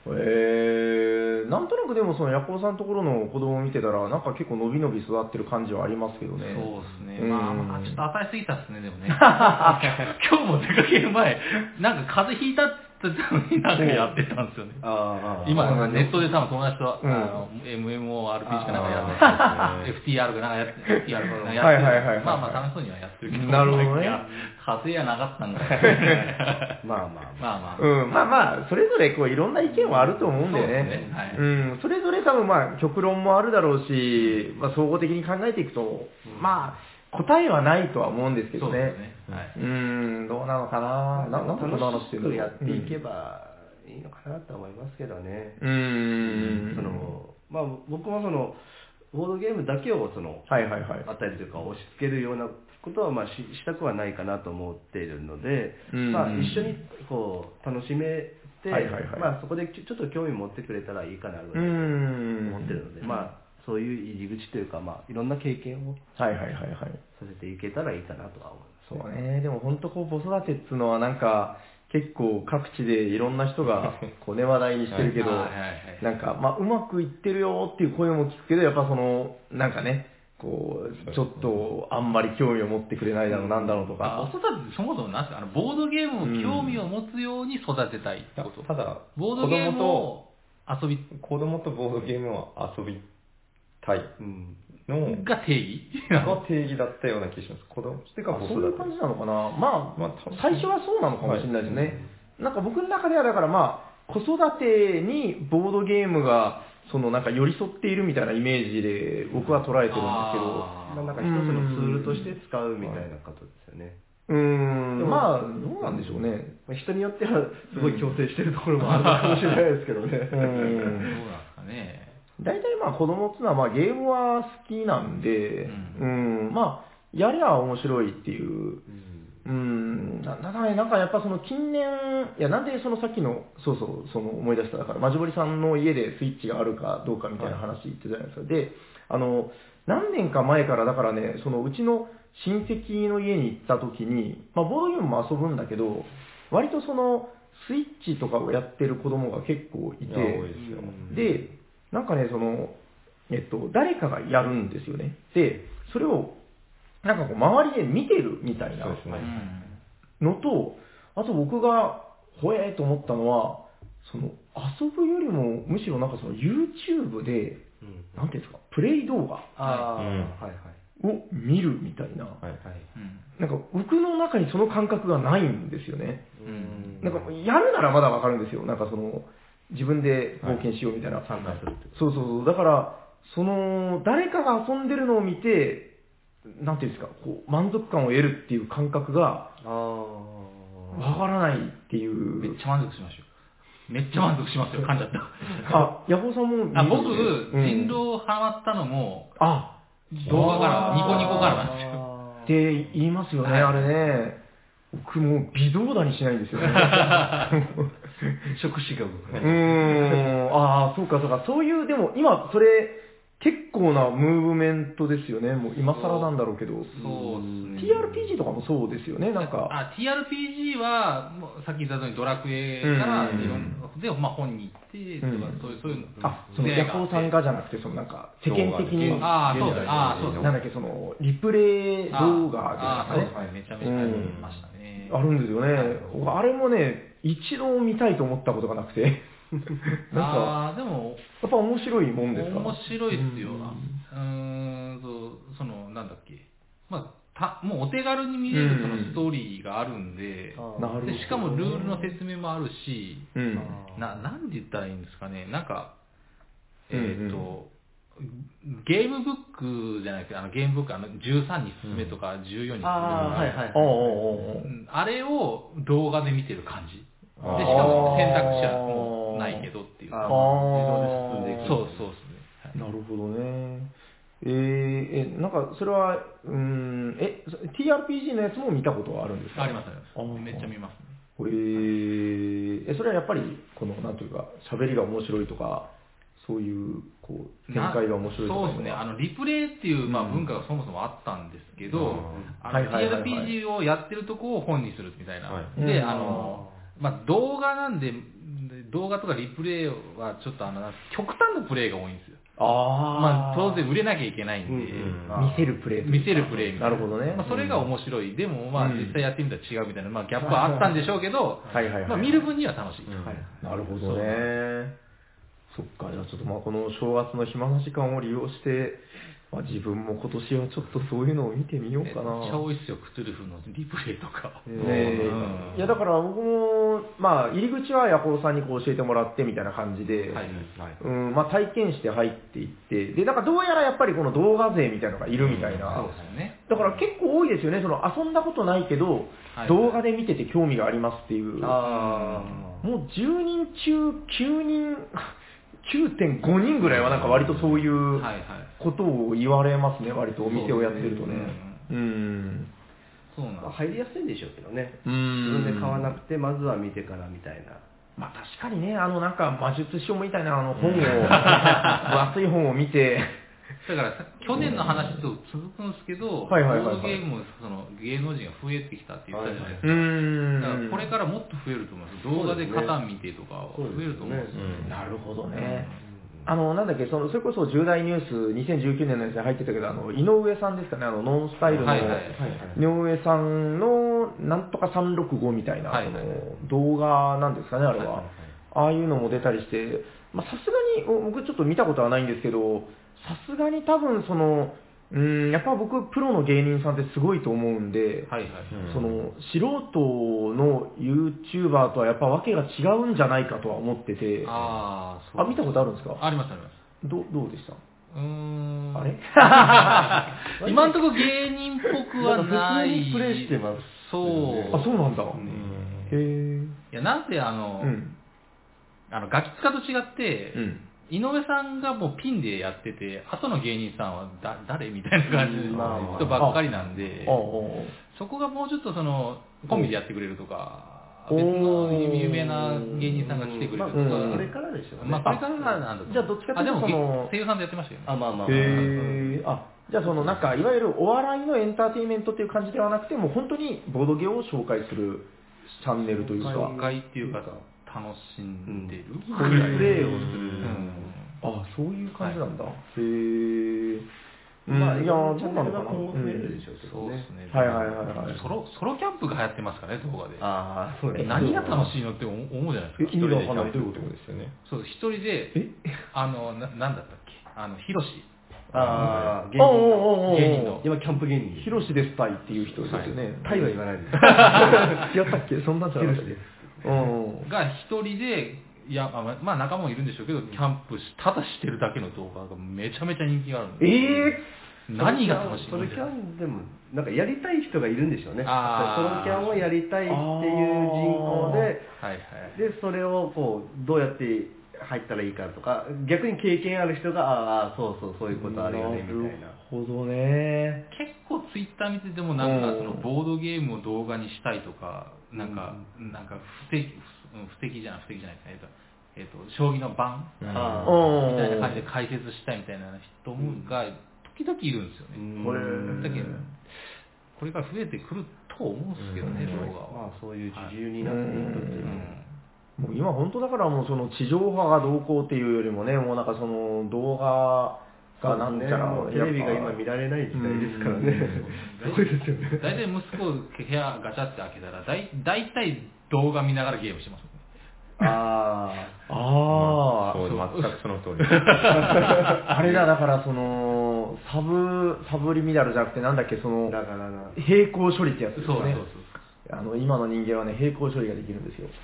なんとなくでもそのヤコウさんのところの子供を見てたらなんか結構伸び伸び育ってる感じはありますけどね。 そうですね。ちょっと与えすぎたっすね、でもね。今日も出かける前、なんか風邪ひいたって言ったのになんかやってたんですよね。今ネットで多分友達とMMORPG かなんかやって、FTR かなんかやって、FTR かなんかやって、楽しそうにはやってるけど、 なるほどね。 風邪やなかったんだ。 それぞれこういろんな意見はあると思うんでね。それぞれ多分極論もあるだろうし、総合的に考えていくと、答えはないとは思うんですけどね。どうなのかな。 楽しくやっていけばいいのかなと思いますけどね。僕もボードゲームだけを与えるというか押し付けるようなことはしたくはないかなと思っているので、一緒にこう楽しめて、そこでちょっと興味持ってくれたらいいかなと思ってるので、そういう入り口というか、いろんな経験をさせていけたらいいかなとは思います。 そうね。でも本当子育てっていうのはなんか結構各地でいろんな人が話題にしてるけど、なんかうまくいってるよっていう声も聞くけど、やっぱなんかね、ちょっとあんまり興味を持ってくれないだろうなんだろうとか。 子育てってそもそもなんですか、ボードゲームを興味を持つように育てたいってこと。 ただボードゲームを子供とボードゲームを遊びたいのが定義だったような気がします。子供っていうかそういう感じなのかな。最初はそうなのかもしれないですね。なんか僕の中ではだから子育てにボードゲームがなんか寄り添っているみたいなイメージで僕は捉えてるんですけど、 なんか一つのツールとして使うみたいなことですよね。 どうなんでしょうね。 人によってはすごい強制してるところもあるかもしれないですけどね。 どうなんですかね。 大体子供っていうのはゲームは好きなんで、やりゃ面白いっていうなんかやっぱその近年、いや、なんでそのさっきの、そう思い出した、だから、マジボリさんの家でスイッチがあるかどうかみたいな話言ってたじゃないですか。で、何年か前から、だからね、そのうちの親戚の家に行った時に、ボードゲームも遊ぶんだけど、割とその、スイッチとかをやってる子供が結構いて、で、なんかね、その、誰かがやるんですよね。で、それを、なんかこう、周りで見てるみたいなのと、あと僕が、ほえーと思ったのは、その、遊ぶよりも、むしろなんかその、YouTube で、なんていうんですか、プレイ動画を見るみたいな、なんか僕の中にその感覚がないんですよね。なんかやるならまだわかるんですよ。なんかその自分で冒険しようみたいな。参加するって。そう。だからその誰かが遊んでるのを見て、なんていうんですか、こう満足感を得るっていう感覚がわからないっていう。 めっちゃ満足しましょう。めっちゃ満足しますよ。噛んじゃった。 あ、ヤホーさんも僕、人狼ハマったのも、動画から、ニコニコからなんですよ。 って言いますよね、あれね。僕もう微動だにしないんですよね。 触手が動く。 そうか。そういう、でも今、それ、結構なムーブメントですよね。もう今更なんだろうけど。 そうですね。 TRPG とかもそうですよね、なんか。 TRPG は、さっき言ったようにドラクエからいろんな、で、本に行ってとか、そういうの。 そのヤコウさんがじゃなくて、そのなんか、世間的に。 そうです。 なんだっけ、その、リプレイ動画ですかね。 めちゃめちゃ見ましたね。 あるんですよね。あれもね、一度見たいと思ったことがなくて。 でも、 やっぱ面白いもんですか？ 面白いですよ。なんだっけ。もうお手軽に見れるそのストーリーがあるんで、しかもルールの説明もあるし、なんで言ったらいいんですかね。なんか、ゲームブックじゃないですか、ゲームブック、13に進めとか14に進めとか、あれを動画で見てる感じ。で、しかも選択肢はもうないけどっていう。自動で進んでいく。そうですね。 なるほどね。なんか、それは、TRPG のやつも見たことはあるんですか？ あります。めっちゃ見ますね。 それはやっぱり、なんというか、喋りが面白いとか、そういう、展開が面白いとか。 そうですね。リプレイっていう、文化がそもそもあったんですけど、TRPG をやってるとこを本にするみたいな。で、動画なんで、動画とかリプレイはちょっと極端なプレイが多いんですよ。当然売れなきゃいけないんで、 見せるプレイみたいな。 なるほどね。 それが面白い。でも、実際やってみたら違うみたいな、ギャップはあったんでしょうけど、見る分には楽しい。 なるほどね。そっか、じゃあちょっとこの正月の暇な時間を利用して、自分も今年はちょっとそういうのを見てみようかな。 めっちゃ多いっすよ、クトゥルフのリプレイとか。 いや、だから僕も、入り口はヤコウさんに教えてもらってみたいな感じで、体験して入っていって、で、なんかどうやらやっぱりこの動画勢みたいなのがいるみたいな。 そうですよね。 だから結構多いですよね、その遊んだことないけど、動画で見てて興味がありますっていう。もう10人中9人、9.5 人ぐらいはなんか割とそういうことを言われますね、割とお店をやってるとね。 そうなん入りやすいんでしょうけどね。自分で買わなくて、まずは見てからみたいな。 確かにね、なんか魔術師みたいな本を、分厚い本を見て、 だから去年の話と続くんですけど、ボードゲームも芸能人が増えてきたって言ったじゃないですか。だからこれからもっと増えると思います。動画でカタン見てとか増えると思うんですよ。 なるほどね。なんだっけ、それこそ重大ニュース、2019年のやつに入ってたけど、井上さんですかね、ノンスタイルの井上さんのなんとか365みたいな、動画なんですかね、あれは。ああいうのも出たりして、さすがに、僕ちょっと見たことはないんですけど、さすがに多分やっぱ僕、プロの芸人さんってすごいと思うんで、素人の YouTuber とはやっぱ訳が違うんじゃないかとは思ってて、見たことあるんですか？ あります。 どうでした？あれ今んとこ芸人っぽくはない。 普通にプレイしてます。 そうなんだ。へえ。 いや、なんせガキ使と違って、 井上さんがもうピンでやってて、後の芸人さんは誰みたいな感じの人ばっかりなんで、そこがもうちょっとコンビでやってくれるとか、別の有名な芸人さんが来てくれるとか、 これからでしょうね。 まあこれからなんだと思う。 じゃあどっちかというとでも声優さんでやってましたよね。 まあまあ。 じゃあなんかいわゆるお笑いのエンターテインメントっていう感じではなくて、もう本当にボードゲームを紹介するチャンネルというか。 紹介っていうか楽しんでる。 そういうプレイをする。 そういう感じなんだ。へえ。 まあ、いや、チャンネルが今後増えるでしょうけどね。 そうですね。 はい。 ソロキャンプが流行ってますからね、動画で。 そうです。 何が楽しいのって思うじゃないですか。 一人でキャンプってことですよね。 そうです。一人で、なんだったっけ、ヒロシ。 芸人の。 今、キャンプ芸人。 ヒロシですタイっていう人ですよね。 タイは言わないです。 やったっけ、そんなんじゃなくて。 が一人で、いや、まあ仲間もいるんでしょうけど、キャンプただしてるだけの動画がめちゃめちゃ人気があるんで。何が楽しいの？ ソロキャンでも、なんかやりたい人がいるんでしょうね。ソロキャンをやりたいっていう人口で、で、それをどうやって入ったらいいかとか、逆に経験ある人が、そういうことあるよね、みたいな。 なるほどね。 結構ツイッター見てても、なんかボードゲームを動画にしたいとか、なんか不敵じゃないですか、将棋の盤みたいな感じで解説したいみたいな人が時々いるんですよね。だけどこれから増えてくると思うんですけどね、動画は。 まあそういう自由になっていくっていう。 もう今本当だからもう地上波がどうこうっていうよりもね、もうなんか動画がなんちゃら、 テレビが今見られない時代ですからね。そうですよね。 大体息子部屋ガチャって開けたら大体動画見ながらゲームしてます。 そう全くその通り。 あれだからサブリミナルじゃなくてなんだっけ並行処理ってやつですね。今の人間はね並行処理ができるんですよ。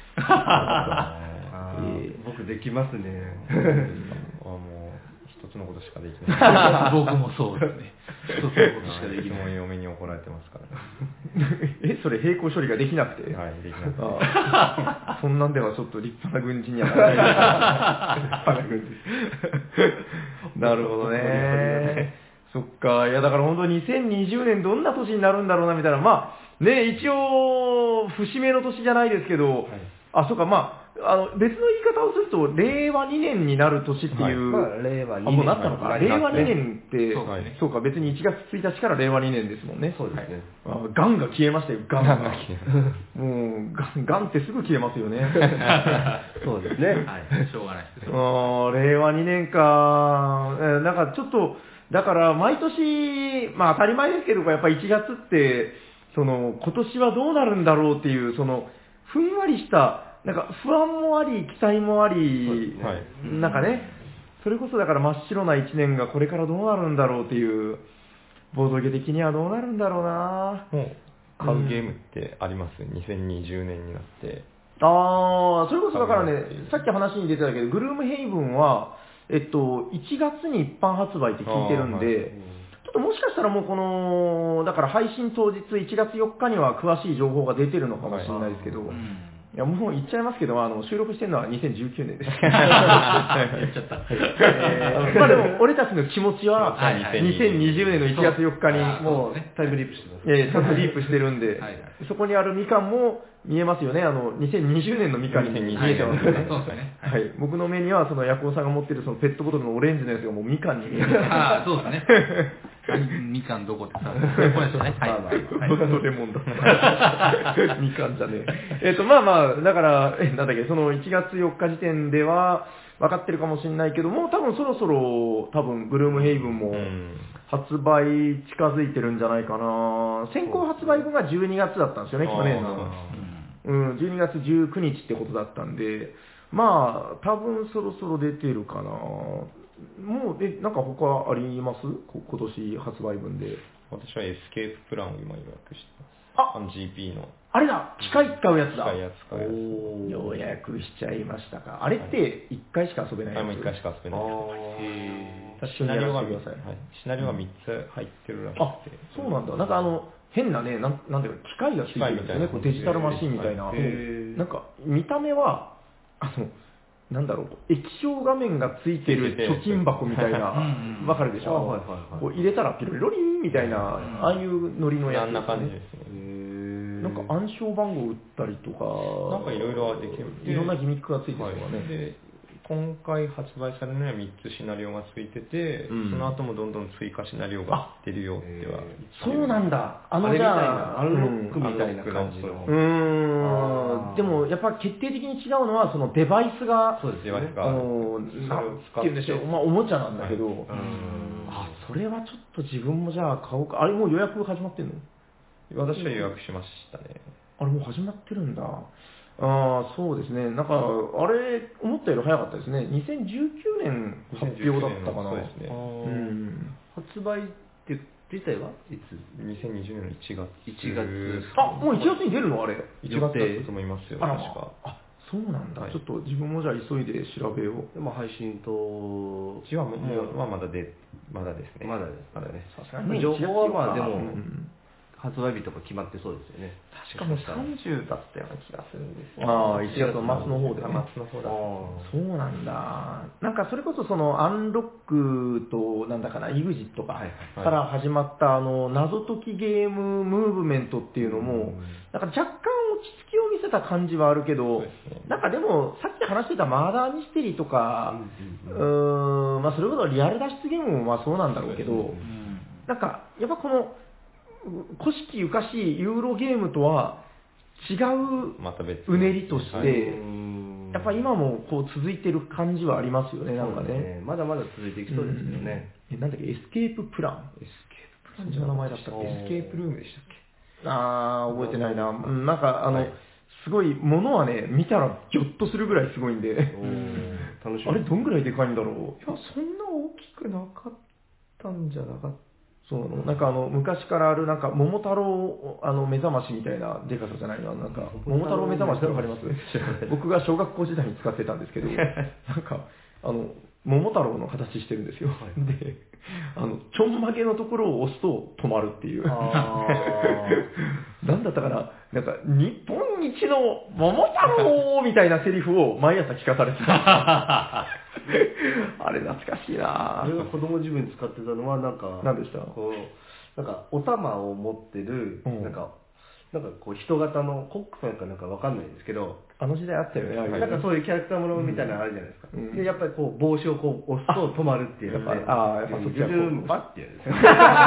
僕できますね。 もう一つのことしかできない。 僕もそうですね。一つのことしかできない。 いつも嫁に怒られてますから。 それ並行処理ができなくて。 はい、できなくて。 そんなんではちょっと立派な軍人にはならない。立派な軍人。なるほどね。そっか。いやだから本当に2020年どんな年になるんだろうなみたいな。まあね、一応節目の年じゃないですけど、そうか、まあ別の言い方をすると令和2年になる年っていう、 令和2年もうなったのか、令和2年って、そうか、別に1月1日から令和2年ですもんね。 そうですね。 ガンが消えましたよ、ガンが。もうガンってすぐ消えますよね。 そうですね。 しょうがないですね。 令和2年か、なんかちょっと、だから毎年、まあ当たり前ですけど、やっぱ1月って、今年はどうなるんだろうっていう、ふんわりした、なんか不安もあり、期待もあり、なんかね、それこそだから真っ白な1年がこれからどうなるんだろうっていう、ボードゲ的にはどうなるんだろうな。 もう買うゲームってあります、2020年になって。 それこそだからね、さっき話に出てたけど、グルームヘイブンは、1月に一般発売って聞いてるんで、ちょっともしかしたらもうだから配信当日1月4日には詳しい情報が出てるのかもしれないですけど、いやもう言っちゃいますけど、収録してるのは2019年です。言っちゃった。まあでも、俺たちの気持ちは、2020年の1月4日に、もうタイムリープしてます。タイムリープしてるんで、そこにあるみかんも見えますよね。2020年のみかんに見えてますよね。 そうですね。 はい。僕の目には、ヤクオさんが持ってるペットボトルのオレンジのやつがもうみかんに見えてます。 そうですね。みかんどこってさ、これですね。 ドラレモンだ。みかんじゃねえ。まあまあ、だから、なんだっけ、1月4日時点では分かってるかもしれないけども、多分そろそろ、グルームヘイブンも発売近づいてるんじゃないかな。先行発売分が12月だったんですよね、去年の。12月19日ってことだったんで、まあ、多分そろそろ出てるかな。もう、なんか他あります？今年発売分で。 私はエスケーププランを今予約してます。GP の。 あれだ、機械使うやつだ。 機械使うやつ。 予約しちゃいましたか。あれって1回しか遊べないやつ。 1回しか遊べないやつ。シナリオが3つ入ってるらしくて。 そうなんだ。なんか変なね、なんていうか、機械がついてるんですよね。デジタルマシンみたいな。なんか、見た目は、 なんだろう、液晶画面がついてる貯金箱みたいな、わかるでしょ、こう入れたらピロリロリンみたいな、ああいうノリのやつ、 あんな感じですね。 なんか暗証番号打ったりとか、 なんかいろいろできる。 いろんなギミックがついてるのがね。 で今回発売されるのには3つシナリオがついてて、その後もどんどん追加シナリオが出るよっては。 そうなんだ。 じゃあ、アンロックみたいな感じの。 でも、やっぱ決定的に違うのは、そのデバイスが、 そうです、デバイスが。 なんていうんでしょう、まあ、おもちゃなんだけど、それはちょっと自分もじゃあ買おうか。あれもう予約始まってんの？ 私は予約しましたね。 あれもう始まってるんだ。そうですね。なんか、あれ、思ったより早かったですね。2019年発表だったかな。 そうですね。 発売って自体はいつ ?2020 年の1月。 1月。 もう1月に出るのあれ。 1月だったと思いますよ、確か。 そうなんだ。ちょっと自分もじゃあ急いで調べよう。 でも配信と、 うちはもう、まだですね。 まだね。 さすがに情報はまあでも、発売日とか決まってそうですよね。 確かもう30だったような気がするんですよ。1月の末の方でね。 末の方だ。 そうなんだ。なんかそれこそそのアンロックとなんだかな、EXIT とかから始まった謎解きゲームムーブメントっていうのも、なんか若干落ち着きを見せた感じはあるけど、なんかでもさっき話してたマーダーミステリーとか、まあそれこそリアル脱出ゲームもまあそうなんだろうけど、なんかやっぱこの古式ゆかしいユーロゲームとは違ううねりとして、やっぱ今もこう続いてる感じはありますよね、なんかね。 まだまだ続いていきそうですけどね。 なんだっけ、エスケーププラン。そんな名前だったっけ。 エスケープルームでしたっけ。 覚えてないな。なんかすごい、ものはね、見たらギョッとするぐらいすごいんで、 楽しみ。 あれどんぐらいでかいんだろう。 いや、そんな大きくなかったんじゃなかった。 そうなの。なんか昔からある、なんか、桃太郎、目覚ましみたいなデカさじゃないの。なんか、桃太郎目覚ましってわかります？僕が小学校時代に使ってたんですけど、なんか、桃太郎の形してるんですよ。で、ちょんまげのところを押すと止まるっていう。なんだったかな、なんか、日本一の桃太郎みたいなセリフを毎朝聞かされてた。あれ懐かしいな俺が子供自分に使ってたのは、なんか、 何でした？ こう、なんか、お玉を持ってる、なんかこう人型のコックさんかなんかわかんないんですけど、 あの時代あったよね、 なんかそういうキャラクターものみたいなのあるじゃないですか。で、やっぱりこう、帽子をこう押すと止まるっていうので、 やっぱそっちはこうバッてやるんですよ。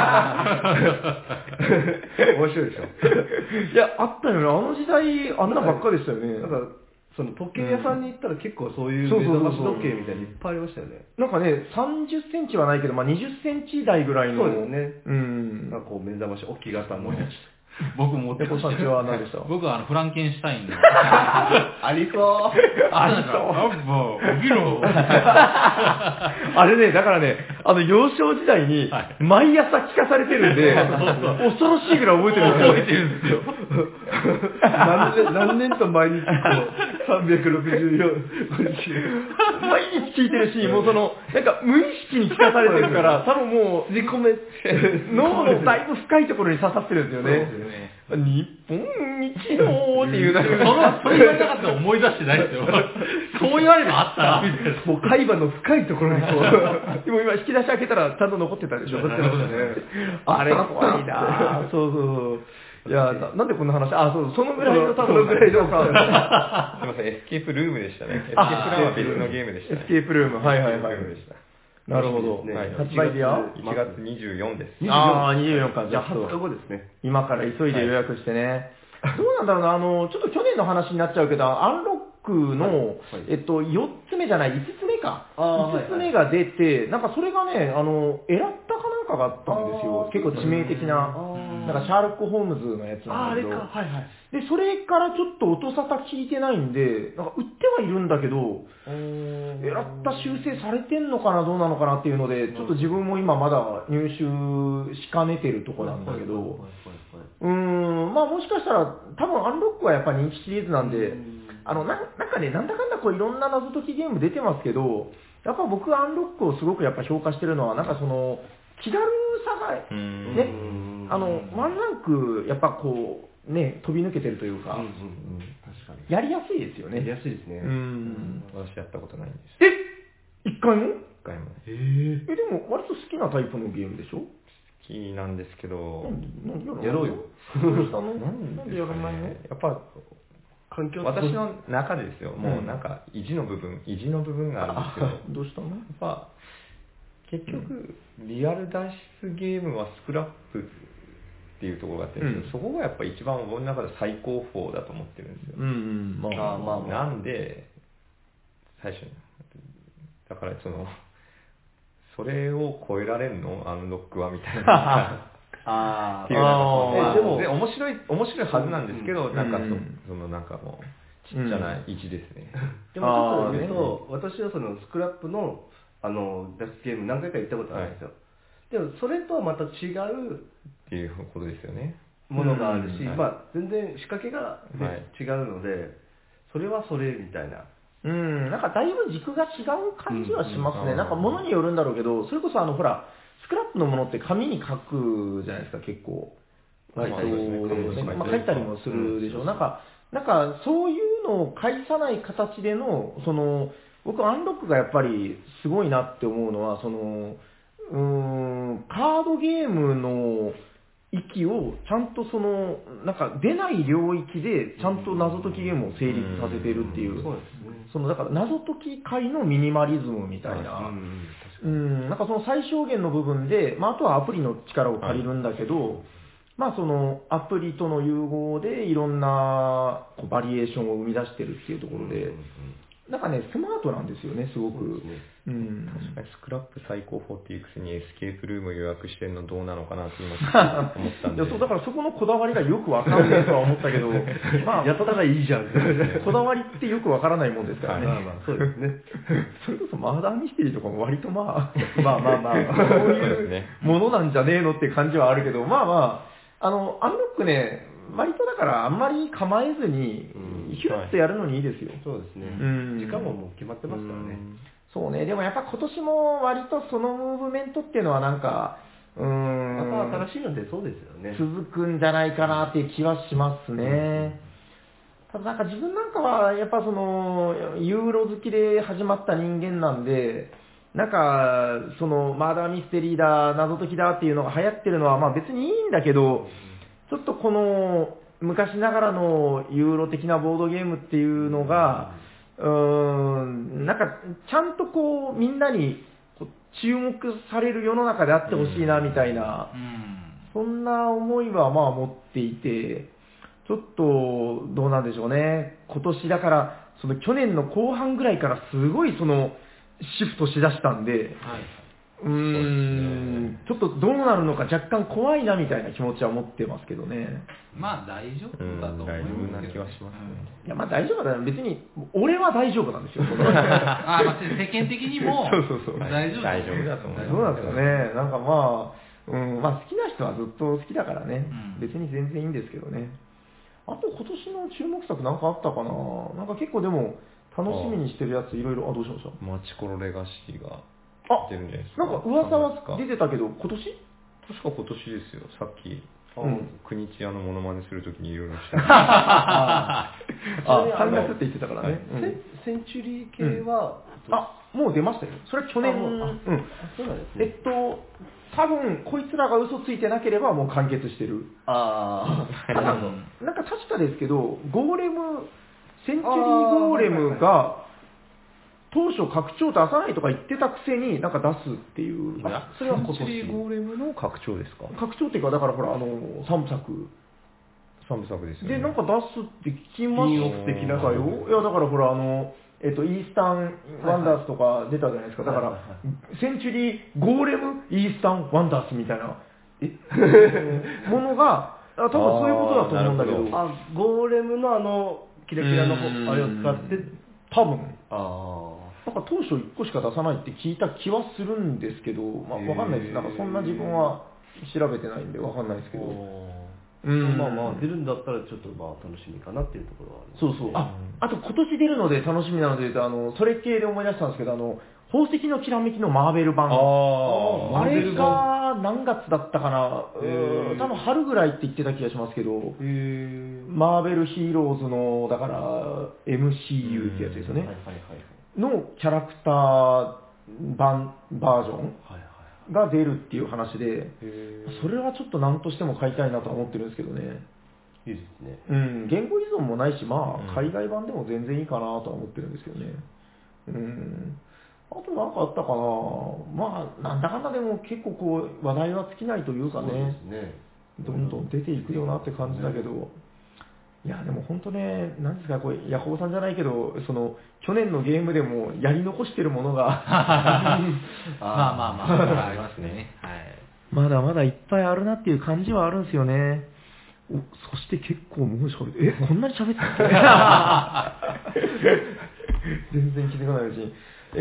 面白いでしょ。 いや、あったよね。あの時代、あんなばっかでしたよね。 なんか、その時計屋さんに行ったら結構そういう目覚まし時計みたいにいっぱいありましたよね。 なんかね、30センチはないけど、まあ20センチ台ぐらいの。 そうですね。なんかこう目覚まし、置き型の。 僕持ってました。は何でした？ 僕はフランケンシュタインの。 ありそう。 ありそう。 もう、起きろ。 あれね、だからね、幼少時代に、毎朝聞かされてるんで、恐ろしいぐらい覚えてるんですよ。 覚えてるんですよ。 何年と毎日こう、364 毎日聞いてるし、もうなんか無意識に聞かされてるから、多分もう、 吸い込めて、 脳のだいぶ深いところに刺さってるんですよね。日本一のっていう、 そう言われなかったら思い出してないですよ。そう言われればあったな、みたいな。 もう海馬の深いところにこう。 でも今引き出し開けたらちゃんと残ってたでしょ。残ってましたね。あれ怖いなそうそう。いや、なんでこんな話、そのぐらいの多分、そのぐらいのか。 すみません、エスケープルームでしたね。エスケープルームは別のゲームでした、 エスケープルーム、はい。なるほど。 発売日は 1月24です。 24か。 じゃあ20日後ですね。 今から急いで予約してね。どうなんだろうな、ちょっと去年の話になっちゃうけど、アンロックの、4つ目じゃない、5つ目か。5つ目が出て、なんかそれがね、エラッタかなんかがあったんですよ。結構致命的な、なんかシャーロック・ホームズのやつなんだけど。で、それからちょっと音沙汰聞いてないんで、なんか売ってはいるんだけど、エラッタ修正されてんのかな、どうなのかなっていうので、ちょっと自分も今まだ入手しかねてるとこなんだけど、まあもしかしたら、多分アンロックはやっぱ人気シリーズなんで、なんかね、なんだかんだこういろんな謎解きゲーム出てますけど、やっぱ僕はアンロックをすごくやっぱ評価してるのは、なんか気軽さが、ね、ワンランク、やっぱこう、 ね、飛び抜けてるというか、 確かに。 やりやすいですよね。 やりやすいですね。 私やったことないんです。 一回も？ 一回も。 でも、割と好きなタイプのゲームでしょ？ 好きなんですけど、 なんでやろうよ。 どうしたの？なんでやらないの？ やっぱ、 環境私の中でですよ、もうなんか意地の部分があるんですけど、 どうしたの？ やっぱ、結局、リアル脱出ゲームはスクラップっていうところがあって、そこがやっぱ一番僕の中で最高峰だと思ってるんですよ。なんで、最初に。だからそれを超えられんのあのロックはみたいな。っていうでも面白いはずなんですけど、なんかなんかもう、ちっちゃな意地ですね。 でもちょっと言うと、私はスクラップの脱出ゲーム何回か行ったことあるんですよ。でもそれとはまた違うっていうことですよね。 ものがあるし、全然仕掛けが、違うので、それはそれみたいな。 なんかだいぶ軸が違う感じはしますね。なんか物によるんだろうけど、それこそほら、スクラップのものって紙に書くじゃないですか、結構。書いたりもするでしょ。なんかそういうのを返さない形での、僕アンロックがやっぱりすごいなって思うのは、カードゲームの域をちゃんとなんか出ない領域でちゃんと謎解きゲームを成立させてるっていう、だから謎解き界のミニマリズムみたいな、なんか最小限の部分で、あとはアプリの力を借りるんだけど、アプリとの融合でいろんなバリエーションを生み出してるっていうところで、なんかね、スマートなんですよね、すごく。 確かにスクラップ最高峰っていうくせにエスケープルーム予約してるのどうなのかなって今思ったんで。 だからそこのこだわりがよくわかんないとは思ったけど、 やったらいいじゃん。 こだわりってよくわからないもんですからね。 そうですね。 それこそマーダーミステリーとかも割とそういうものなんじゃねえのって感じはあるけど、アンロックね、割とだからあんまり構えずに、ヒュッとやるのにいいですよ。 そうですね。時間ももう決まってますからね。 そうね、でもやっぱ今年も割とそのムーブメントっていうのはなんか、 やっぱ新しいのでそうですよね。 続くんじゃないかなっていう気はしますね。ただなんか自分なんかはやっぱユーロ好きで始まった人間なんで、なんかマーダーミステリーだ、謎解きだっていうのが流行ってるのは別にいいんだけど、ちょっと昔ながらのユーロ的なボードゲームっていうのが、なんかちゃんとみんなに注目される世の中であってほしいなみたいな、そんな思いは持っていて、ちょっとどうなんでしょうね。今年だから去年の後半ぐらいからすごいシフトしだしたんで、ちょっとどうなるのか若干怖いなみたいな気持ちは持ってますけどね。 大丈夫だと思いますけど。 大丈夫な気はしますね。 いや大丈夫だよ。別に俺は大丈夫なんですよ。世間的にも大丈夫だと思います。 そうなんですよね。なんか好きな人はずっと好きだからね、別に全然いいんですけどね。あと今年の注目作なんかあったかな。なんか結構でも楽しみにしてるやついろいろ。どうしました？ マチコロレガシーが出るんじゃないですか。 なんか噂は出てたけど、今年？ 確か今年ですよ。さっき国千屋のモノマネするときにいろいろした。 3月って言ってたからね。 センチュリー系はもう出ましたよ。それは去年。 そうなんですね。 多分こいつらが嘘ついてなければもう完結してる。 なるほど。 なんか確かですけど、センチュリーゴーレムが当初拡張出さないとか言ってたくせになんか出すっていう。 それは今年。センチュリーゴーレムの拡張ですか？ 拡張っていうか、だからほら3部作。 3部作ですよね。 で、なんか出すって聞きましたよ。いや、だからほらイースタンワンダースとか出たじゃないですか。だから、センチュリーゴーレムイースタンワンダースみたいなものが、多分そういうことだと思うんだけど。 ゴーレムのキラキラのあれを使って、 多分。なんか当初1個しか出さないって聞いた気はするんですけど、わかんないです。なんかそんな自分は調べてないんでわかんないですけど。 出るんだったらちょっと楽しみかなっていうところはある。 そう。あと今年出るので楽しみなので言うと、それ系で思い出したんですけど、宝石のきらめきのマーベル版。あれが何何月だったかな、多分春ぐらいって言ってた気がしますけど、マーベルヒーローズの、だから MCU ってやつですよね。のキャラクター版バージョンが出るっていう話で、それはちょっと何としても買いたいなとは思ってるんですけどね。 いいですね。 うん、言語依存もないし、まあ、海外版でも全然いいかなとは思ってるんですけどね。あとなんかあったかな、まあ、なんだかんだでも結構こう、話題は尽きないというかね、 そうですね。 どんどん出ていくよなって感じだけど、いや、でも本当ね、なんですか、これ、ヤホーさんじゃないけど、去年のゲームでもやり残してるものが、 まあ、ありますね。はい。 まだまだいっぱいあるなっていう感じはあるんですよね。そして結構もう喋る。こんなに喋ったっけ全然気づかないうちに。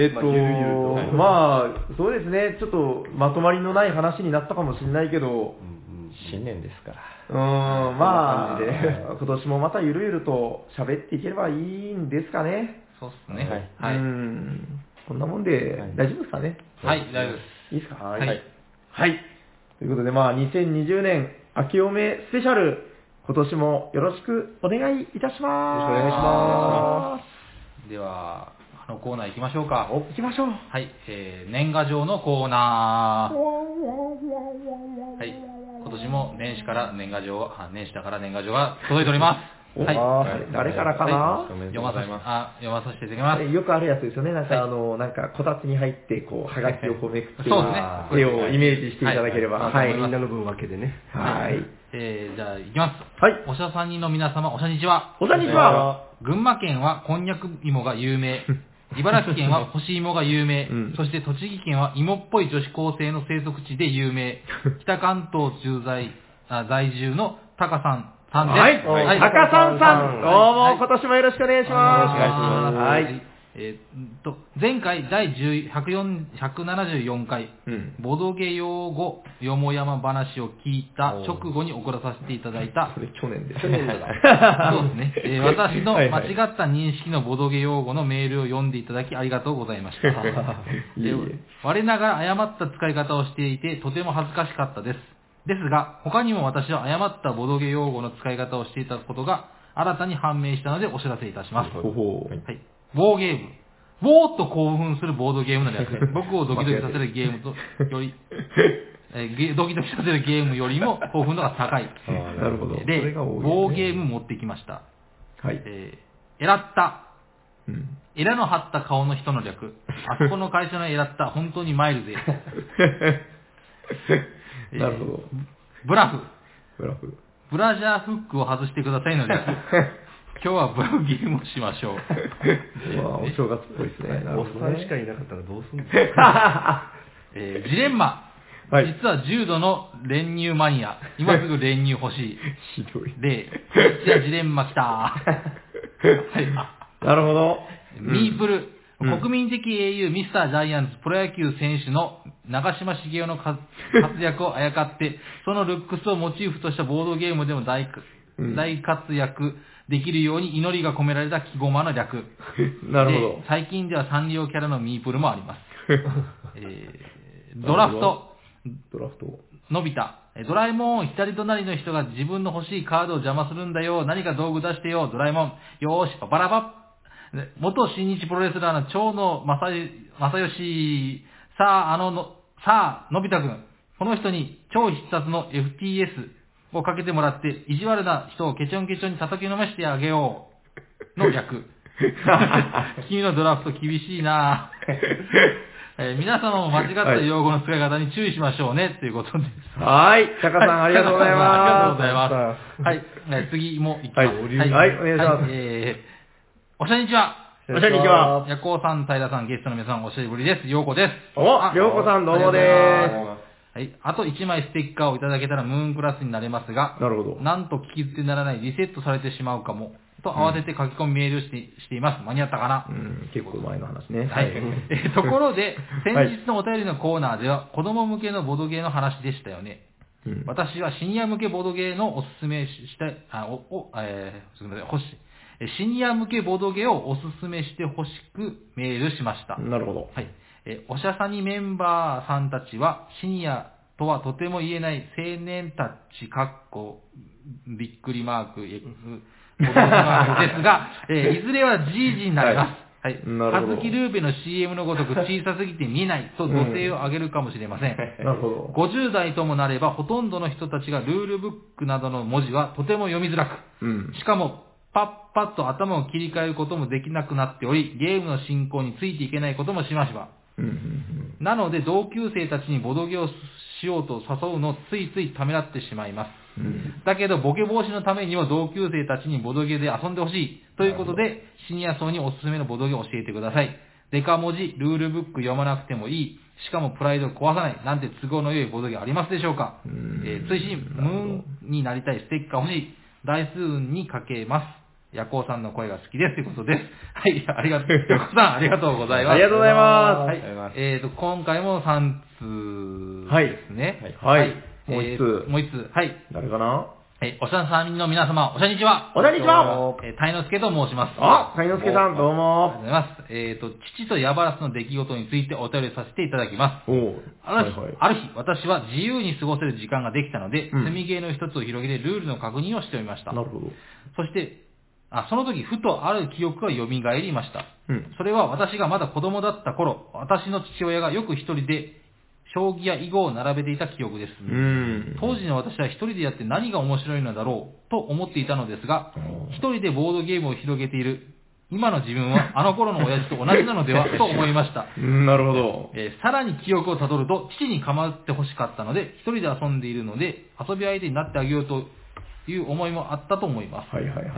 まあ、そうですね、ちょっとまとまりのない話になったかもしれないけど、 新年ですから。 まあ、今年もまたゆるゆると喋っていければいいんですかね。 そうですね。 はい。こんなもんで、大丈夫ですかね。 はい、大丈夫です。 いいですか。 はい。 はい。ということで、まあ、2020年、明けおめスペシャル、今年もよろしくお願いいたします。 よろしくお願いします。では、コーナー行きましょうか。 行きましょう。 はい、年賀状のコーナー。はい、今年も年始から年賀状、年始だから年賀状が届いております。はい。 誰からかな、 読まさせていただきます。 よくあるやつですよね。なんかなんかこたつに入って、こう、はがきをこうめくって、 そうですね。 絵をイメージしていただければ。 はい。みんなの分分けでね。 はい。 じゃあ、いきます。 はい。 おしゃさんにの皆様、おしゃにちは。 おしゃにちは。 群馬県はこんにゃく芋が有名。茨城県は干し芋が有名。そして栃木県は芋っぽい女子高生の生息地で有名。北関東在住のタカさんです。 はい。タカさんさん。どうも、今年もよろしくお願いします。 お願いします。はい。前回第174回、ボドゲ用語よもやま話を聞いた直後に送らさせていただいた、 それ去年で。 そうですね。私の間違った認識のボドゲ用語のメールを読んでいただきありがとうございました。我ながら誤った使い方をしていてとても恥ずかしかったです。ですが、他にも私は誤ったボドゲ用語の使い方をしていたことが新たに判明したのでお知らせいたします。はい。ウォーゲーム。ウォーっと興奮するボードゲームの略で、僕をドキドキさせるゲームとより、ドキドキさせるゲームよりも興奮度が高い。 なるほど。 で、ウォーゲーム持ってきました。 はい。 エラッタ。エラの張った顔の人の略。あそこの会社のエラッタ、本当にマイルで。 なるほど。 ブラフ。ブラジャーフックを外してくださいのです。今日はブラフゲームをしましょう。 お正月っぽいですね。 おっさんしかいなかったらどうすんのジレンマ。実は重度の練乳マニア。今すぐ練乳欲しい。 ひどい。 で、じゃあジレンマ来た。はい。 なるほど。 ミープル。国民的英雄ミスタージャイアンツプロ野球選手の長嶋茂雄の活躍をあやかって、そのルックスをモチーフとしたボードゲームでも大活躍できるように祈りが込められた木駒の略。 なるほど。 最近ではサンリオキャラのミープルもあります。ドラフト。のび太。ドラえもん、左隣の人が自分の欲しいカードを邪魔するんだよ。何か道具出してよ、ドラえもん。よーし、パパラパッ。元新日プロレスラーの長野正義。さあ、のび太くん。この人に超必殺の FTS をかけてもらって、意地悪な人をケチョンケチョンに叩きのめしてあげよう。の略。君のドラフト厳しいな皆様も間違った用語の使い方に注意しましょうね、ということです。 はい。タカさんありがとうございます。 ありがとうございます。はい。次も行きます。 はい、お願いします。 おしゃにちは。 おしゃにちは。 ヤコウさん、平さん、ゲストの皆さん、お久しぶりです。ようこです。 ようこさんどうもです。 はい。あと1枚ステッカーをいただけたらムーンクラスになれますが、 なるほど。 なんと聞き捨てならないリセットされてしまうかも。と慌てて書き込みメールしています。間に合ったかな、 結構前の話ね。 はい。ところで、先日のお便りのコーナーでは、子供向けのボドゲーの話でしたよね。私はシニア向けボドゲーのおすすめしたい、シニア向けボドゲをおすすめしてほしくメールしました。 なるほど。 はい。おしゃさにメンバーさんたちはシニアとはとても言えない青年たちびっくりマーク、X、驚きマークですが、いずれはじいじになります。はい。 なるほど。 はずきルーベの CM のごとく小さすぎて見えないと土星を上げるかもしれません。 なるほど。 50代ともなればほとんどの人たちがルールブックなどの文字はとても読みづらく、しかもパッパッと頭を切り替えることもできなくなっており、ゲームの進行についていけないこともしばしば。なので同級生たちにボドゲをしようと誘うのをついついためらってしまいます。だけどボケ防止のためには同級生たちにボドゲで遊んでほしいということで、シニア層におすすめのボドゲを教えてください。デカ文字、ルールブック読まなくてもいい、しかもプライドを壊さない、なんて都合の良いボドゲありますでしょうか。追伸、ムーンになりたいステッカー欲しい、大数運にかけます。ヤコウさんの声が好きですということです。はい、ヤコウさんありがとうございます。 ありがとうございます。 はい、今回も3通ですね。 はい。もう一つ。 はい。 誰かな？ おしゃさんの皆様、おしゃにちは。 おしゃにちは。 たいのすけと申します。 たいのすけさん、どうも。 ありがとうございます。父とヤバラスの出来事についてお便りさせていただきます。ある日、私は自由に過ごせる時間ができたので、積みゲーの一つを広げてルールの確認をしておりました。 なるほど。 そして、その時、ふとある記憶が蘇りました。それは私がまだ子供だった頃、私の父親がよく一人で将棋や囲碁を並べていた記憶です。当時の私は一人でやって何が面白いのだろうと思っていたのですが、一人でボードゲームを広げている今の自分はあの頃の親父と同じなのではと思いました。 なるほど。 さらに記憶をたどると、父に構ってほしかったので、一人で遊んでいるので、遊び相手になってあげようという思いもあったと思います。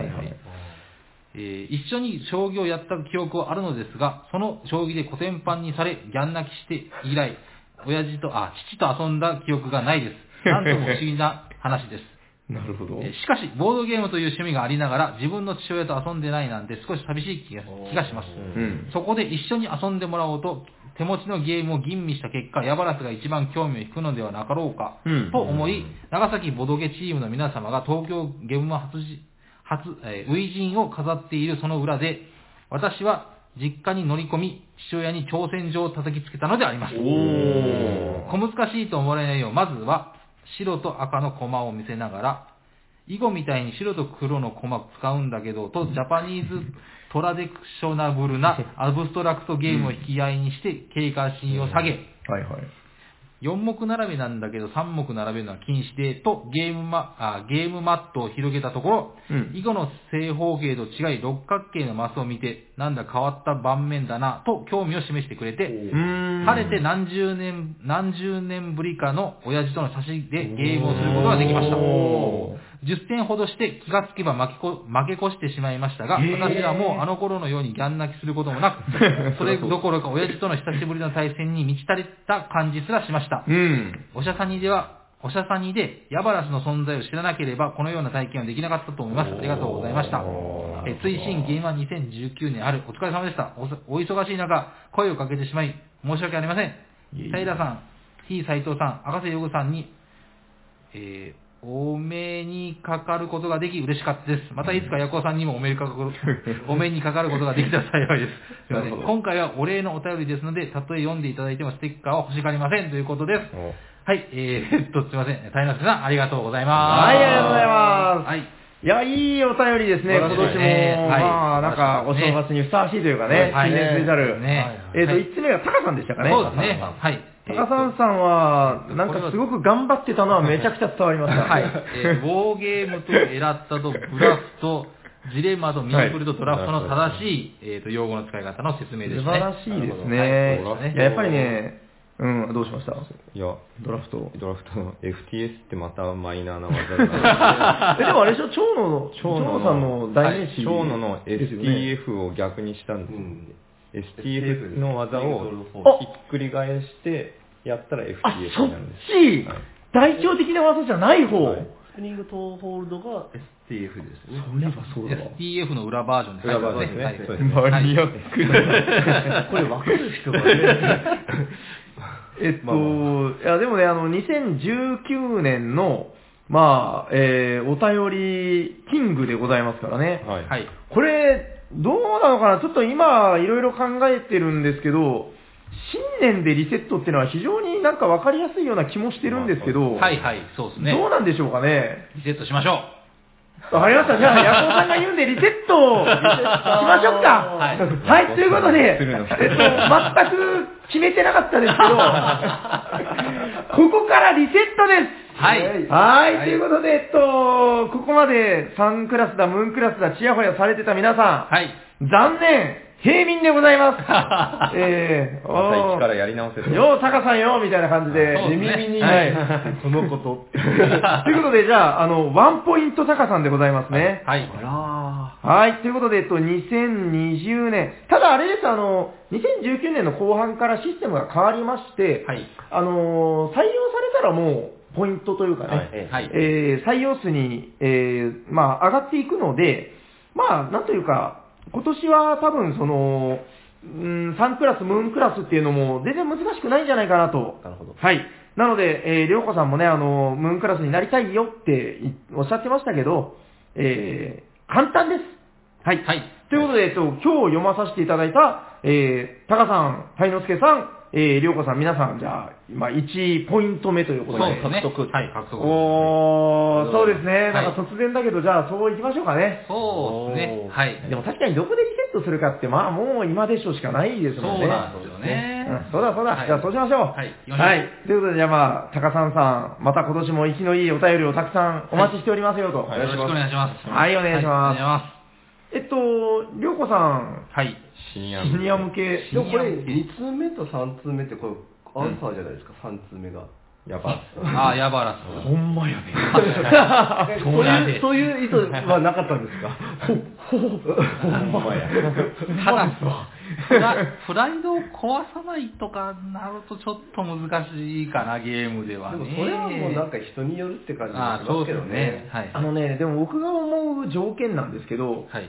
一緒に将棋をやった記憶はあるのですが、その将棋でコテンパンにされ、ギャン泣きして以来、父と遊んだ記憶がないです。なんとも不思議な話です。 なるほど。 しかし、ボードゲームという趣味がありながら、自分の父親と遊んでないなんて少し寂しい気がします。そこで一緒に遊んでもらおうと、手持ちのゲームを吟味した結果、ヤバラスが一番興味を引くのではなかろうか、と思い、長崎ボドゲチームの皆様が東京ゲームマ初陣を飾っているその裏で、私は実家に乗り込み、父親に挑戦状を叩きつけたのであります。小難しいと思われないよう、まずは白と赤のコマを見せながら、囲碁みたいに白と黒のコマ使うんだけど、とジャパニーズトラディクショナブルなアブストラクトゲームを引き合いにして警戒心を下げ、4目並べなんだけど3目並べるのは禁止で、とゲームマットを広げたところ、囲碁の正方形と違い六角形のマスを見て、なんだ変わった盤面だな、と興味を示してくれて、晴れて何十年ぶりかの親父との差しでゲームをすることができました。10点ほどして気がつけば負け越してしまいましたが、私はもうあの頃のようにギャン泣きすることもなく、それどころか親父との久しぶりの対戦に満ち足りた感じすらしました。おしゃさにでヤバラスの存在を知らなければこのような体験はできなかったと思います。ありがとうございました。追伸ゲームは2019年ある。お疲れ様でした。お忙しい中、声をかけてしまい申し訳ありません。平さん、T 斉藤さん、赤瀬ヨグさんに、お目にかかることができ嬉しかったです。またいつかヤコウさんにもお目にかかることができたら幸いです。今回はお礼のお便りですので、たとえ読んでいただいてもステッカーは欲しがりませんということです。はい、すいません。タイナスさん、ありがとうございます。 はい、ありがとうございます。はい。いや、いいお便りですね、今年も。まあ、なんか、お正月にふさわしいというかね、新年スペシャル。1つ目がタカさんでしたかね。 そうですね。はい。 タカさんは、なんかすごく頑張ってたのはめちゃくちゃ伝わりました。 はい。ウォーゲームとエラッタとブラフと、ジレンマとミープルとドラフトの正しい、用語の使い方の説明でしたね。 素晴らしいですね。いや、やっぱりね、どうしました？ いや、ドラフトの FTS ってまたマイナーな技だでもあれでしょ、長野さんの代名詞、 長野の STF を逆にしたんです。STF の技をひっくり返してやったら FTS になるんです。 そっち、代表的な技じゃない方。 スプリングとホールドが STF ですね。 そうだ。 STF の裏バージョンですね。 裏バージョンですね。 マニアック。 これ分かる人がね。 いや、でもね、2019年の、まあ、お便りキングでございますからね。 はい。 これ、どうなのかな、ちょっと今、いろいろ考えてるんですけど、 新年でリセットっていうのは非常になんか分かりやすいような気もしてるんですけど、 はいはい、そうですね。 どうなんでしょうかね。 リセットしましょう。 わかりました。じゃあ、ヤコウさんが言うんでリセットしましょうか。 はいはい、ということで、全く決めてなかったですけど、ここからリセットです。 はい。 はい、ということで、ここまでサンクラスだ、ムーンクラスだ、チヤホヤされてた皆さん、 はい。 残念、平民でございます。 また一からやり直せる。 よう、タカさんよ、みたいな感じで、 そうですね耳に、 ははいい、そのこと。ということで、じゃあ、ワンポイントタカさんでございますね。 はい。 はい、ということで、2020年、ただあれです、2019年の後半からシステムが変わりまして、 はい。 採用されたらもう、ポイントというかね、 はい。 採用数に、まあ、上がっていくので、まあ、なんというか、今年は多分3クラス、ムーンクラスっていうのも全然難しくないんじゃないかなと。 なるほど。 はい。なので、りょうこさんもね、ムーンクラスになりたいよっておっしゃってましたけど、簡単です。はい。 はい。 ということで、今日読まさせていただいた、タカさん、タイノスケさん、りょうこさん、皆さん、じゃあ、1ポイント目ということで。 そうですね。 獲得。 はい、獲得。 そうですね。 はいなんか突然だけど、じゃあ、そういきましょうかね。 そうですね。はい。 でも確かにどこでリセットするかって、まあもう今でしょしかないですもんね。 そうなんですよね。 そうだそうだ。 はいじゃあそうしましょう。 はい行きましょうはい。ということで、じゃあまあ、タカさんさん、また今年も生きのいいお便りをたくさんお待ちしておりますよと。 よろしくお願いします。 はい、お願いします。 はいお願いします。 りょうこさん、 はい。 シニア向け。 でもこれ、2通目と3通目って、これ、アンサーじゃないですか、3通目が。 やば。 ああ、ヤバラス。 ほんまやね。 そういう意図はなかったんですかほんまや。 ただ、プライドを壊さないとかなるとちょっと難しいかな、ゲームではね。 でもそれはもうなんか人によるって感じがしますけどね。 はい。 でも僕が思う条件なんですけど、 はい。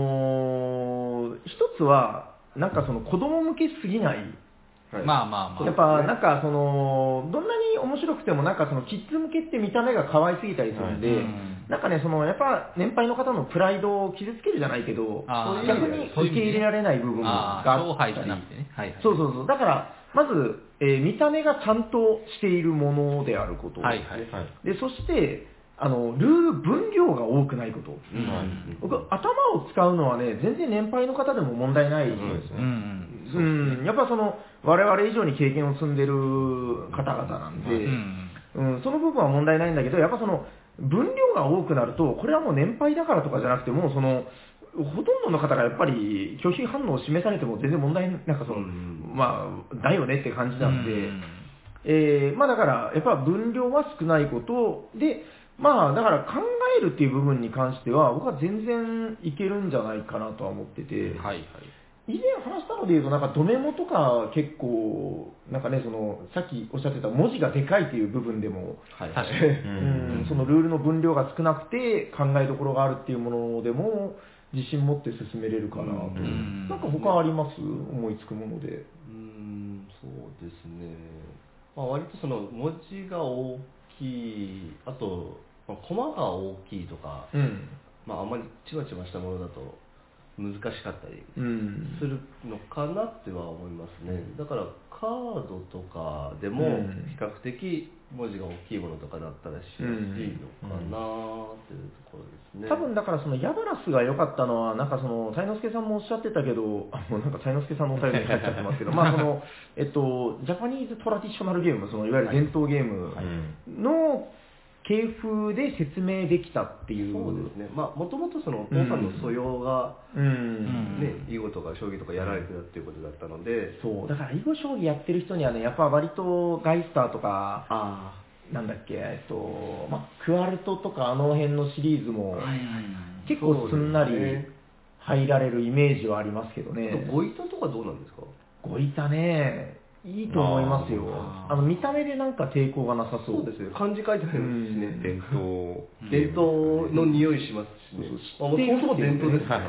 一つは、なんかその子供向けすぎない。 はいまあまあまあ。 やっぱなんかどんなに面白くてもなんかそのキッズ向けって見た目が可愛すぎたりするんで、なんかね、やっぱ年配の方のプライドを傷つけるじゃないけど、逆に受け入れられない部分があったり。 勝敗じゃなくてね。はい。 そうそうそう。だから、まず、見た目がちゃんとしているものであること。 はいはい。 で、そして、ルール分量が多くないこと。僕、頭を使うのはね、全然年配の方でも問題ないですね。やっぱ我々以上に経験を積んでる方々なんで、その部分は問題ないんだけど、やっぱ分量が多くなると、これはもう年配だからとかじゃなくて、もうほとんどの方がやっぱり拒否反応を示されても全然問題、なんかまあ、だよねって感じなんで、まあだから、やっぱ分量は少ないことで、まあだから考えるっていう部分に関しては、僕は全然いけるんじゃないかなとは思ってて、 はいはい。 以前話したので言うと、なんかドメモとか結構、なんかね、さっきおっしゃってた文字がでかいっていう部分でも、 確かに。 そのルールの分量が少なくて考えどころがあるっていうものでも、自信持って進めれるかなと。なんか他あります思いつくもので。 そうですね。まあ、割と文字が大きい、あと、コマが大きいとか、まああんまりちまちましたものだと難しかったりするのかなっては思いますね。だからカードとかでも比較的文字が大きいものとかだったらしやすいのかなっていうところですね。 多分だからヤバラスが良かったのは、なんかタイノスケさんもおっしゃってたけど、もうなんかタイノスケさんのお便りに入っちゃってますけど、まあジャパニーズトラディショナルゲーム、いわゆる伝統ゲームの系風で説明できたっていう。 そうですね。まあもともとお父さんの素養が囲碁とか将棋とかやられてたっていうことだったので、 そうだから囲碁将棋やってる人にはね、やっぱ割とガイスターとか、なんだっけ、まあクワルトとかあの辺のシリーズも結構すんなり入られるイメージはありますけどね。 ゴイタとかどうなんですか？ ゴイタね、いいと思いますよ。見た目でなんか抵抗がなさそう。 そうですね。漢字書いてあるんですしね。 伝統の匂いしますしね。そもそも伝統ですから。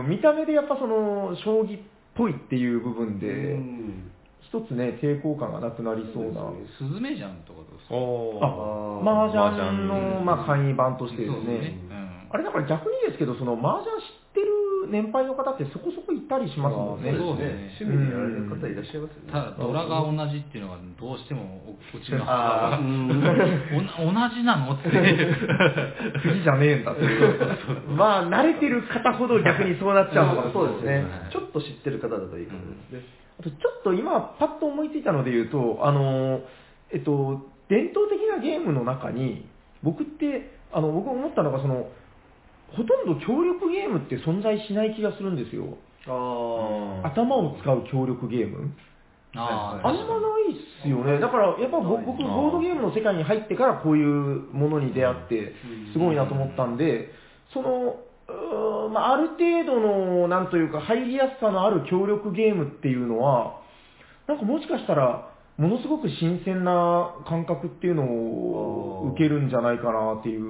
見た目でやっぱ将棋っぽいっていう部分で、一つね、抵抗感がなくなりそうな。 スズメジャンとかどうですか？ 麻雀の簡易版としてですね。あれだから逆にですけど、麻雀知ってる年配の方ってそこそこいたりしますもんね。 そうですね。 趣味でやられる方いらっしゃいますよね。 ただ、ドラが同じっていうのがどうしてもうちの母が同じなのって。 次じゃねえんだって。まあ、慣れてる方ほど逆にそうなっちゃうのかもそうですね。 ね。 ちょっと知ってる方だといいかもですね。 あとちょっと今、パッと思いついたので言うと、伝統的なゲームの中に、僕思ったのが、ほとんど協力ゲームって存在しない気がするんですよ。頭を使う協力ゲーム。あんまないっすよね。だから、やっぱ僕、ボードゲームの世界に入ってからこういうものに出会って、すごいなと思ったんで、ある程度の、なんというか、入りやすさのある協力ゲームっていうのは、なんかもしかしたら、ものすごく新鮮な感覚っていうのを受けるんじゃないかなっていう。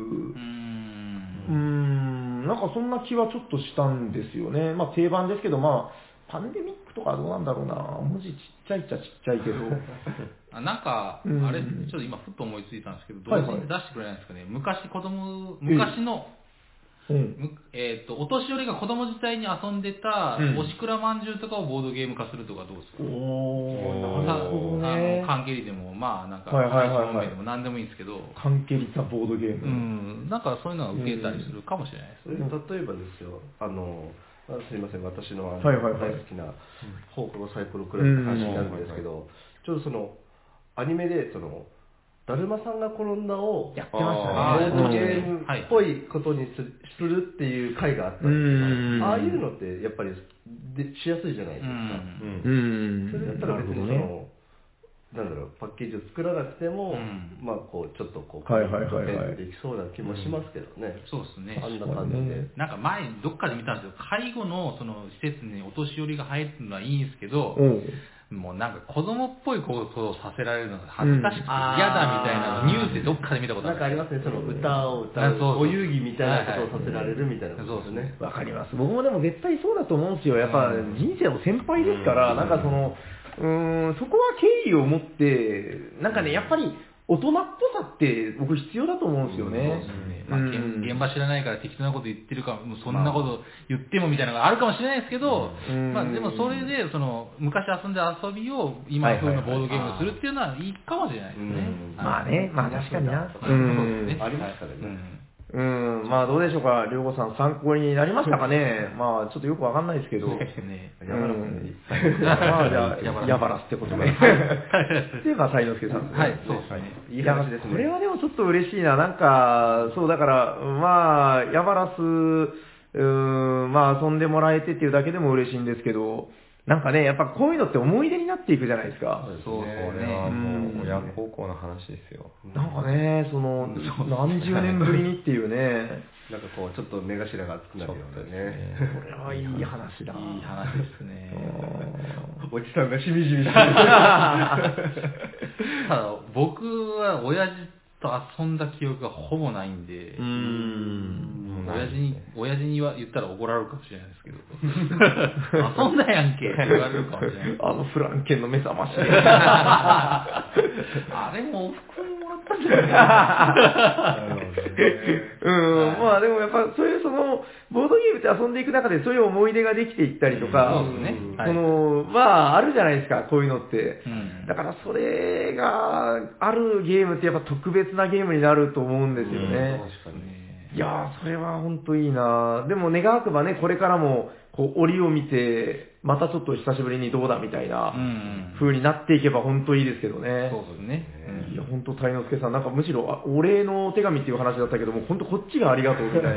なんかそんな気はちょっとしたんですよね。まあ定番ですけど、まあ、パンデミックとかどうなんだろうな。文字ちっちゃいっちゃちっちゃいけど。 なんか、あれ、ちょっと今ふっと思いついたんですけど、同時に出してくれないですかね。昔の、お年寄りが子供自体に遊んでた、おしくらまんじゅうとかをボードゲーム化するとかどうですか？なるほどね。カンケリでも、まあなんか、でも何でもいいんですけど。 カンケリザボードゲーム。 なんかそういうのが受けたりするかもしれないですね。 例えばですよ、すいません、私の大好きな放課後サイコロクラブの話になるんですけど、ちょうどアニメでだるまさんが転んだをやってましたね。 ボードゲームっぽいことにするっていう回があったんですけど、ああいうのってやっぱりしやすいじゃないですか。それだったら別になんだろう、パッケージを作らなくても、まあちょっとできそうな気もしますけどね。 そうですね。 あんな感じで。 なんか前どっかで見たんですけど、介護の施設にお年寄りが入るのはいいんですけど、もうなんか子供っぽいことをさせられるのが恥ずかしくて嫌だみたいなニュースでどっかで見たことある。 なんかありますね、歌を歌う、お遊戯みたいなことをさせられるみたいなことですね。 わかります。僕もでも絶対そうだと思うんですよ。やっぱ人生の先輩ですから、なんかそこは敬意を持って、なんかね、やっぱり大人っぽさって僕必要だと思うんですよね。 現場知らないから適当なこと言ってるかもうそんなこと言ってもみたいなのがあるかもしれないですけど、まあでもそれで昔遊んで遊びを今風のボードゲームにするっていうのはいいかもしれないですね。 まあね、まあ確かにな。 ありますからね。 まあどうでしょうか、りょうごさん参考になりましたかね。まあちょっとよくわかんないですけど。まあじゃあ、ヤバラスってことで。っていうか、才之助さん。 はい、そうですね。 いい話ですね。これはでもちょっと嬉しいな。なんか、そうだから、まあ、ヤバラス、まあ遊んでもらえてっていうだけでも嬉しいんですけど、なんかね、やっぱこういうのって思い出になっていくじゃないですか。 そうですね。もう親孝行の話ですよ。 なんかね、何十年ぶりにっていうね。 なんかちょっと目頭が熱くなるようなね。 これはいい話だ。 いい話ですね。 おじさんがしみじみしてる。 ただ、僕は親父と遊んだ記憶がほぼないんで、親父に言ったら怒られるかもしれないですけど、遊んだやんけって言われるかもしれない。 フランケンの目覚まし。 あれもおふくろにもらったんじゃないかな。 まあでもやっぱそういうボードゲームって遊んでいく中でそういう思い出ができていったりとか、 そうですね。 まああるじゃないですか、こういうのって。だからそれがあるゲームってやっぱ特別なゲームになると思うんですよね。 確かに。 いやー、それは本当いいな。でも願わくばね、これからも折を見て、またちょっと久しぶりにどうだみたいな風になっていけば本当いいですけどね。 そうですね。 いや、本当、太之助さん、なんかむしろお礼の手紙っていう話だったけども、本当こっちがありがとうみたいな、いい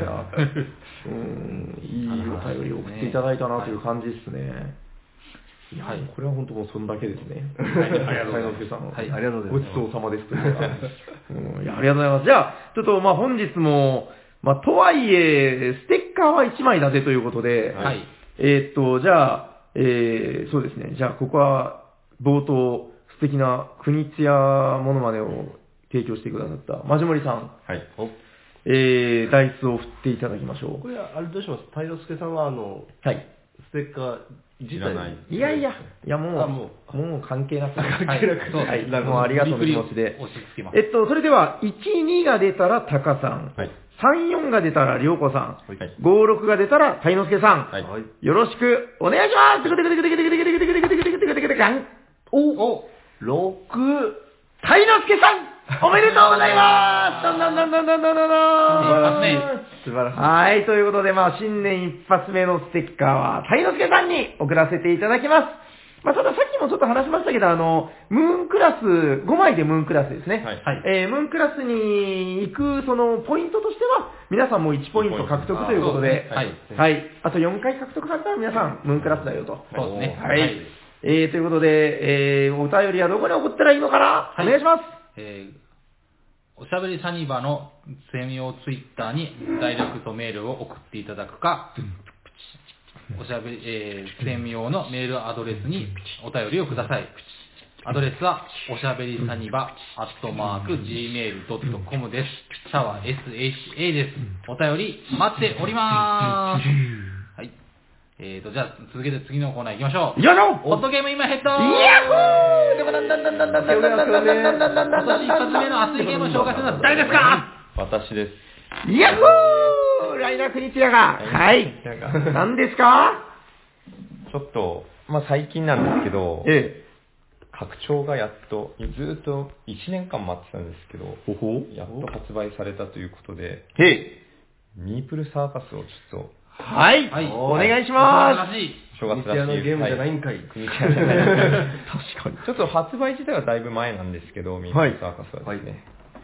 お便りを送っていただいたなという感じですね。はい、これは本当もうそんだけですね。はい、ありがとうございます。はい、ありがとうございます。ごちそうさまですというか。いや、ありがとうございます。じゃあ、ちょっと本日も、とはいえ、ステッカーは1枚だぜということで、はい。じゃあ、そうですね。じゃあ、ここは、冒頭、素敵な国津屋モノマネを提供してくださった、マジモリさん。はい。ダイスを振っていただきましょう。 これは、あれどうします？太之助さんは、はい。ステッカー、自体いや、もう関係なく。関係なく。はい。もうありがとうの気持ちで。それでは、1、2が出たらタカさん。はい。 34が出たらりょうこさん、 はい。 56が出たらたいのすけさん、 はい。 よろしくお願いします。お、6、たいのすけさん、おめでとうございます。どんどんどんどんどんどんどんどん。 素晴らしい。 はい、ということで、新年一発目のステッカーは、たいのすけさんに送らせていただきます。たださっきもちょっと話しましたけど、ムーンクラス、5枚でムーンクラスですね。 はいムーンクラスに行く、その、ポイントとしては、皆さんも1ポイント獲得ということで、はい。あと4回獲得されたら皆さん、ムーンクラスだよと。 そうですね。 はい。ということで、お便りはどこに送ったらいいのかな、お願いします。 おしゃべりサニバの専用ツイッターにダイレクトメールを送っていただくか、おしゃべり、専用のメールアドレスにお便りをください。アドレスは、おしゃべりサニバ@gmail.com です。シャワー SHA です。お便り待っておりまーす。はい。じゃあ続けて次のコーナー行きましょう。 よいしょホットゲーム今ヘッドイヤッホー今年一発目の熱いゲームを紹介するのは誰ですか？ 私です。 イヤッホーライナークニチヤが、はい。何ですか？ ちょっと、最近なんですけど、拡張がやっと、ずっと1年間待ってたんですけど、やっと発売されたということで、ミープルサーカスをちょっと、 はい、お願いします。 正月らしい。 のゲームじゃないんかい。 国ちゃんじゃない。確かに。ちょっと発売自体はだいぶ前なんですけど、ミープルサーカスはですね。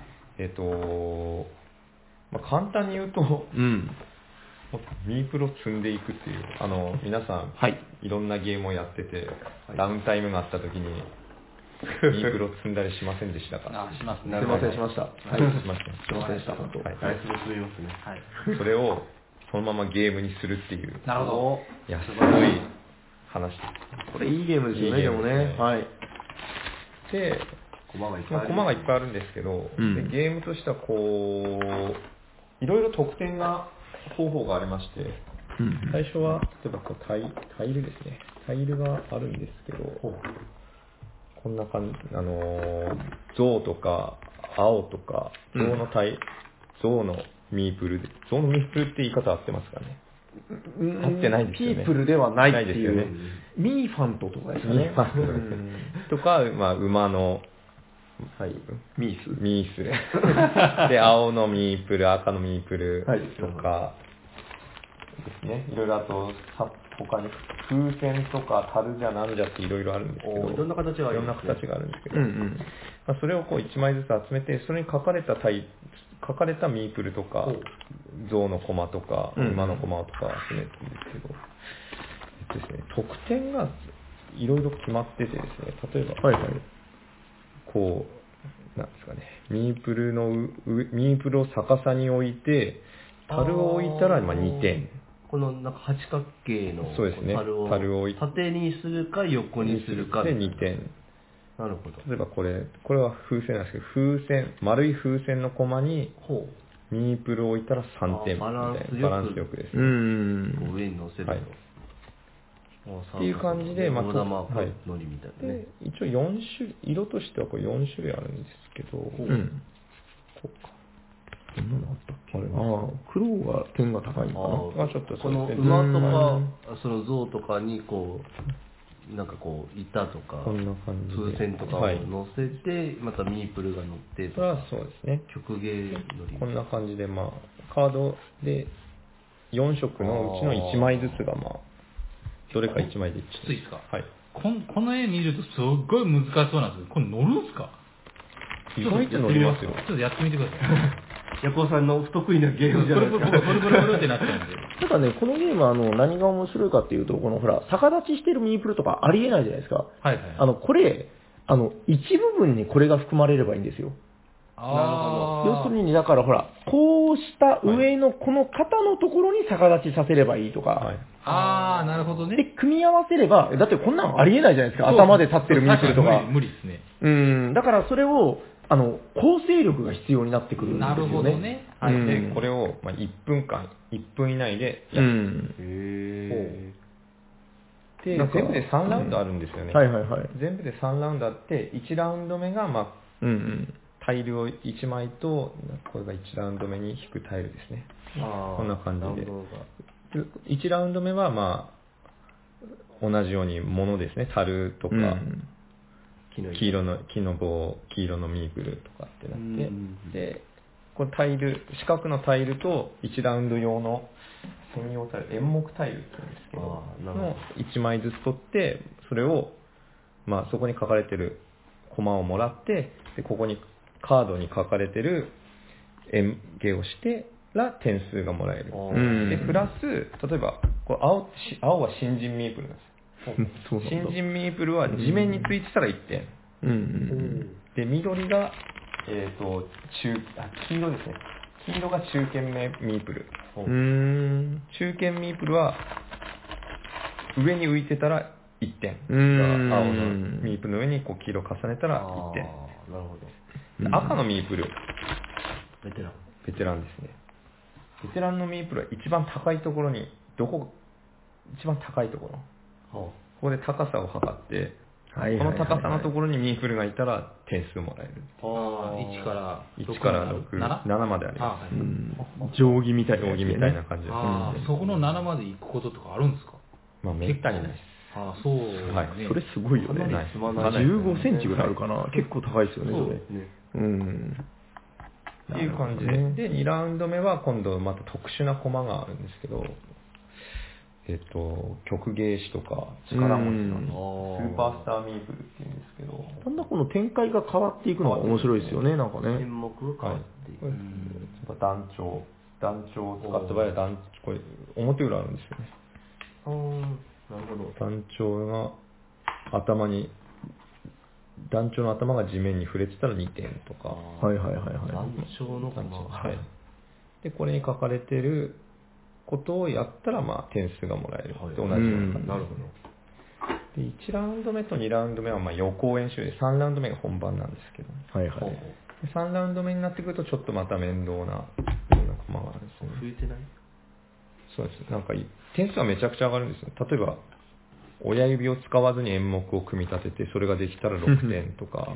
簡単に言うと、ミープルを積んでいくっていう、皆さん、いろんなゲームをやってて、ダウンタイムがあった時に、ミープルを積んだりしませんでしたか？ しますね。 すいません、しました。 しました。 すいませんでした、本当。 ダイスで積みますね。 それを、そのままゲームにするっていう。 なるほど。 いや、すごい話です。 これいいゲームですよね、でもね。はい。 で、駒がいっぱいあるんですけど、でゲームとしてはこう、いろいろ得点が、方法がありまして、最初は、例えばこうタイルですね。タイルがあるんですけど、こんな感じ、象とか、青とか、象のミープルで、象のミープルって言い方合ってますかね？合ってないですよね。 ピープルではないっていう。 ないですよね。 ミーファントとかですかね。 ミーファントですね。とか、馬の、 ミース。 ミース。で、青のミープル、赤のミープルとかですね。いろいろあと、他に風船とか樽じゃなんじゃっていろいろあるんですけど、 いろんな形があるんですね。 いろんな形があるんですけど、それをこう1枚ずつ集めて、それに書かれたミープルとか、象のコマとか、馬のコマとか集めるんですけど、ですね、得点がいろいろ決まっててですね、例えば、こう、なんですかね、ミープルを逆さに置いて、樽を置いたら2点。 このなんか八角形のそうですね、 樽を縦にするか横にするかで2点。 なるほど。 例えばこれは風船なんですけど、丸い風船のコマにミープルを置いたら3点みたいな。バランスよくですね。 上に乗せると。 っていう感じで、 大玉のりみたいなね。 一応4種類、色としてはこれ4種類あるんですけど、こうか。こんなのあったっけ？ 黒が点が高いのかな。 ちょっとこの馬とか、その象とかになんか板とか、 こんな感じで風船とかを乗せて、またミープルが乗ってとか、 そうですね。 曲芸のり。 こんな感じで、カードで4色のうちの1枚ずつが、どれか1枚できついですか？ はい。 この絵見るとすっごい難しそうなんですけど、これ乗るんすか？ 意外と乗りますよ。 ちょっとやってみてください。 ヤコウさんの不得意なゲームじゃないですか。 ブルブルってなっちゃうんで。 ただね、このゲームは何が面白いかっていうと、このほら、逆立ちしてるミープルとかありえないじゃないですか。これ、一部分にこれが含まれればいいんですよ。要するに、だからほら、こうした上のこの肩のところに逆立ちさせればいいとか。 なるほどね。 で、組み合わせれば、だってこんなのありえないじゃないですか。頭で立ってるミープルとか。 無理ですね。 だからそれを、構成力が必要になってくるんですよね。 なるほどね。 で、これを1分以内でやる。で、全部で3ラウンドあるんですよね。全部で3ラウンドあって、1ラウンド目が、 タイルを1枚と、これが1ラウンド目に引くタイルですね。こんな感じで。1ラウンド目はまあ、同じように物ですね。樽とか、黄色の木の棒、黄色のミープルとかってなって、で、これタイル、四角のタイルと1ラウンド用の専用タイル、演目タイルって言うんですけど、の1枚ずつ取って、それを、まあそこに書かれてるコマをもらって、で、ここにカードに書かれてる演芸をしてら点数がもらえる。で、プラス、例えば、これ青は新人ミープルなんですよ。新人ミープルは地面についてたら1点。で、緑が、黄色ですね。黄色が中堅ミープル。中堅ミープルは、上に浮いてたら1点。青のミープルの上にこう黄色を重ねたら1点。 なるほど。赤のミープル。 ベテラン。 ベテランですね。ベテランのミープルは一番高いところに、一番高いところ。ここで高さを測って、この高さのところにミープルがいたら点数もらえる。 1から 6、7まであります。 定規みたいな。 定規みたいな感じです。 そこの7まで行くこととかあるんですか？ まあ、めったにないです。 そう。 はい。それすごいよね。15センチぐらいあるかな。結構高いですよね、それ。 っていう感じで。で、2ラウンド目は今度また特殊なコマがあるんですけど、曲芸師とか力持ちのスーパースターミープルっていうんですけど、 だんだんこの展開が変わっていくのが面白いですよね、なんかね。 演目が変わっていく。 団長を使った場合はこれ表裏あるんですよね。 なるほど。 団長の頭が地面に触れてたら2点とか。 団長のコマ。 はい。で、これに書かれてることをやったら、まあ、点数がもらえる。同じような感じ。なるほど。で、1ラウンド目と2ラウンド目は、まあ、予行演習で、3ラウンド目が本番なんですけど。で3ラウンド目になってくると、ちょっとまた面倒な、ようなコマがあるんですね。 増えてない？ そうです。なんか、点数はめちゃくちゃ上がるんですよ。例えば、親指を使わずに演目を組み立てて、それができたら6点とか。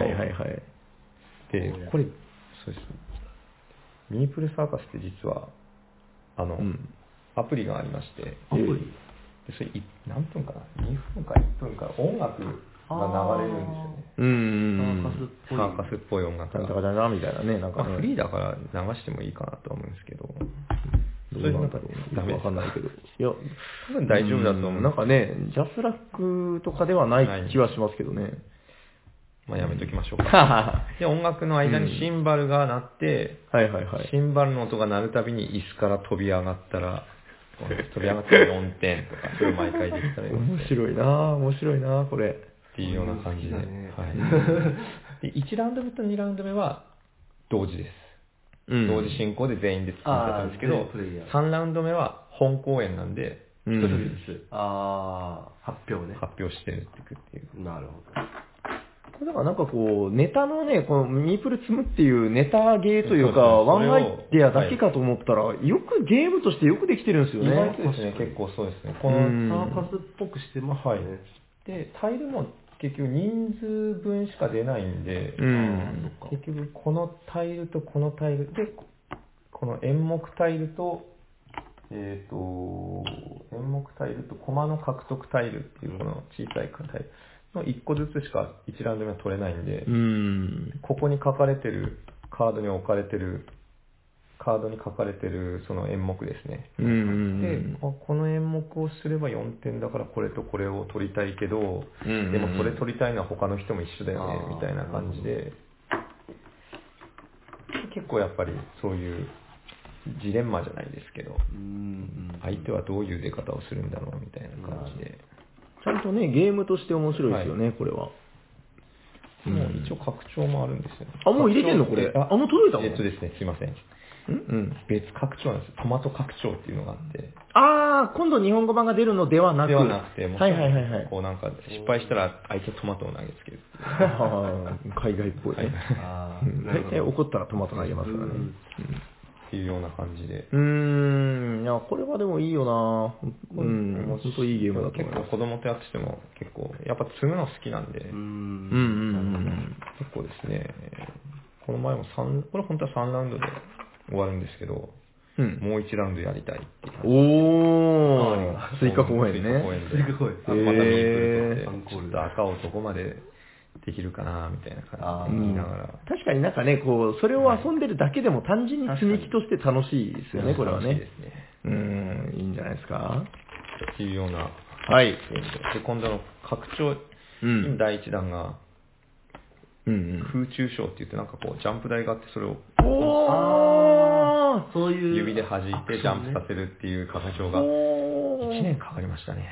で、これ、そうです。ミープルサーカスって実は、アプリがありまして、でそれ何分かな ?2 分か1分か音楽が流れるんですよね。サーカスっぽい音楽が。 みたいなね。なんかフリーだから流してもいいかなとは思うんですけど。 そういう中でダメわかんないけど。いや、 多分大丈夫だと思う。 なんかね、ジャスラックとかではない気はしますけどね。 まあやめときましょうか。で、音楽の間にシンバルが鳴って、シンバルの音が鳴るたびに椅子から飛び上がったら4点とか、それを毎回できたらいいですね。 面白いなこれ。 っていうような感じで。で、1ラウンド目と2ラウンド目は同時です。同時進行で全員で作ってたんですけど、3ラウンド目は本公演なんで、一人ずつ発表してるっていう。 なるほど。 だからなんかこう、ネタのね、このミープル積むっていうネタゲーというか、ワンアイデアだけかと思ったら、よくゲームとしてよくできてるんですよね。 意外とですね、結構そうですね。 このサーカスっぽくしてますね。 で、タイルも結局人数分しか出ないんで、結局このタイルとこのタイルで、この演目タイルと、演目タイルとコマの獲得タイルっていうこの小さいタイルの1個ずつしか1ラウンド目は取れないんで、ここに書かれてる、カードに書かれてるその演目ですね。で、この演目をすれば4点だからこれとこれを取りたいけど、でもそれ取りたいのは他の人も一緒だよね、みたいな感じで、結構やっぱりそういうジレンマじゃないですけど、相手はどういう出方をするんだろうみたいな感じで。 ちゃんとね、ゲームとして面白いですよね、これは。 もう一応拡張もあるんですよね。 もう入れてんのこれ。もう届いたのですね、すいません。別拡張なんです。トマト拡張っていうのがあって。 今度日本語版が出るのではなくて、こうなんか失敗したら相手トマトを投げつける。 海外っぽい。大体怒ったらトマト投げますからね。 っていうような感じで。 いや、これはでもいいよな本当いいゲームだと思います。 結構子供とやってても結構、やっぱ積むの好きなんで、結構ですね、 この前もこれ本当は3ラウンドで終わるんですけど、もう1ラウンドやりたいっていう。 おー、追加公演ね。 追加公演。 またミープル取って、ちょっと赤をどこまでできるかなみたいな感じで言いながら。 確かになんかね、こう、それを遊んでるだけでも単純に積み木として楽しいですよね、これはね。 楽しいですね。 いいんじゃないですか。 っていうような。 はい。 で、今度の拡張、第1弾が、空中ショーって言ってなんかこう、ジャンプ台があって、それを、 そういう。 指で弾いてジャンプさせるっていう拡張が、1年かかりましたね。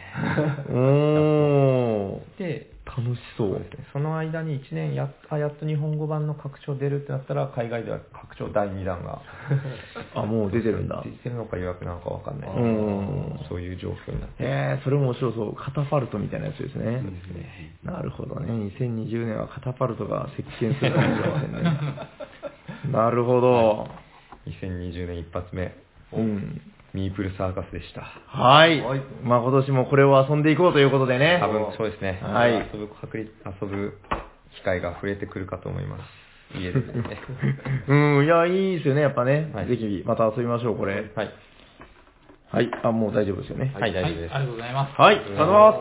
で、 楽しそう。 その間に1年やっと日本語版の拡張出るってなったら、海外では拡張第2弾が。 もう出てるんだ。 出てるのか予約なのかわかんない。そういう状況になって。 それも面白そう。カタパルトみたいなやつですね。なるほどね。2020年はカタパルトが席巻するかもしれませんね。なるほど。 2020年一発目。ミープルサーカスでした。 はい。まあ今年もこれを遊んでいこうということでね。 多分そうですね。 はい。 遊ぶ機会が増えてくるかと思います。家でですね。 いや、いいですよね、やっぱね。ぜひ、また遊びましょう、これ。 はい。 はい。もう大丈夫ですよね。 はい、大丈夫です。 ありがとうございます。 はい、ありがとうございます。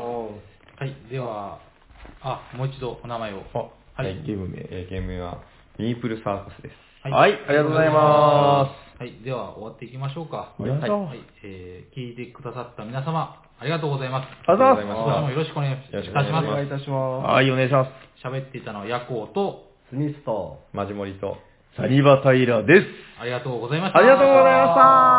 はい、では、もう一度お名前を。 はい、ゲーム名は、ミープルサーカスです。 はい、ありがとうございます。 はい、では終わっていきましょうか。 はい、 聞いてくださった皆様、ありがとうございます。 ありがとうございます。 今年もよろしくお願いいたします。 お願いいたします。 はい、お願いします。 喋っていたのはヤコウと、 スミスと、 マジモリと、 サニバタイラです。 ありがとうございました。 ありがとうございました。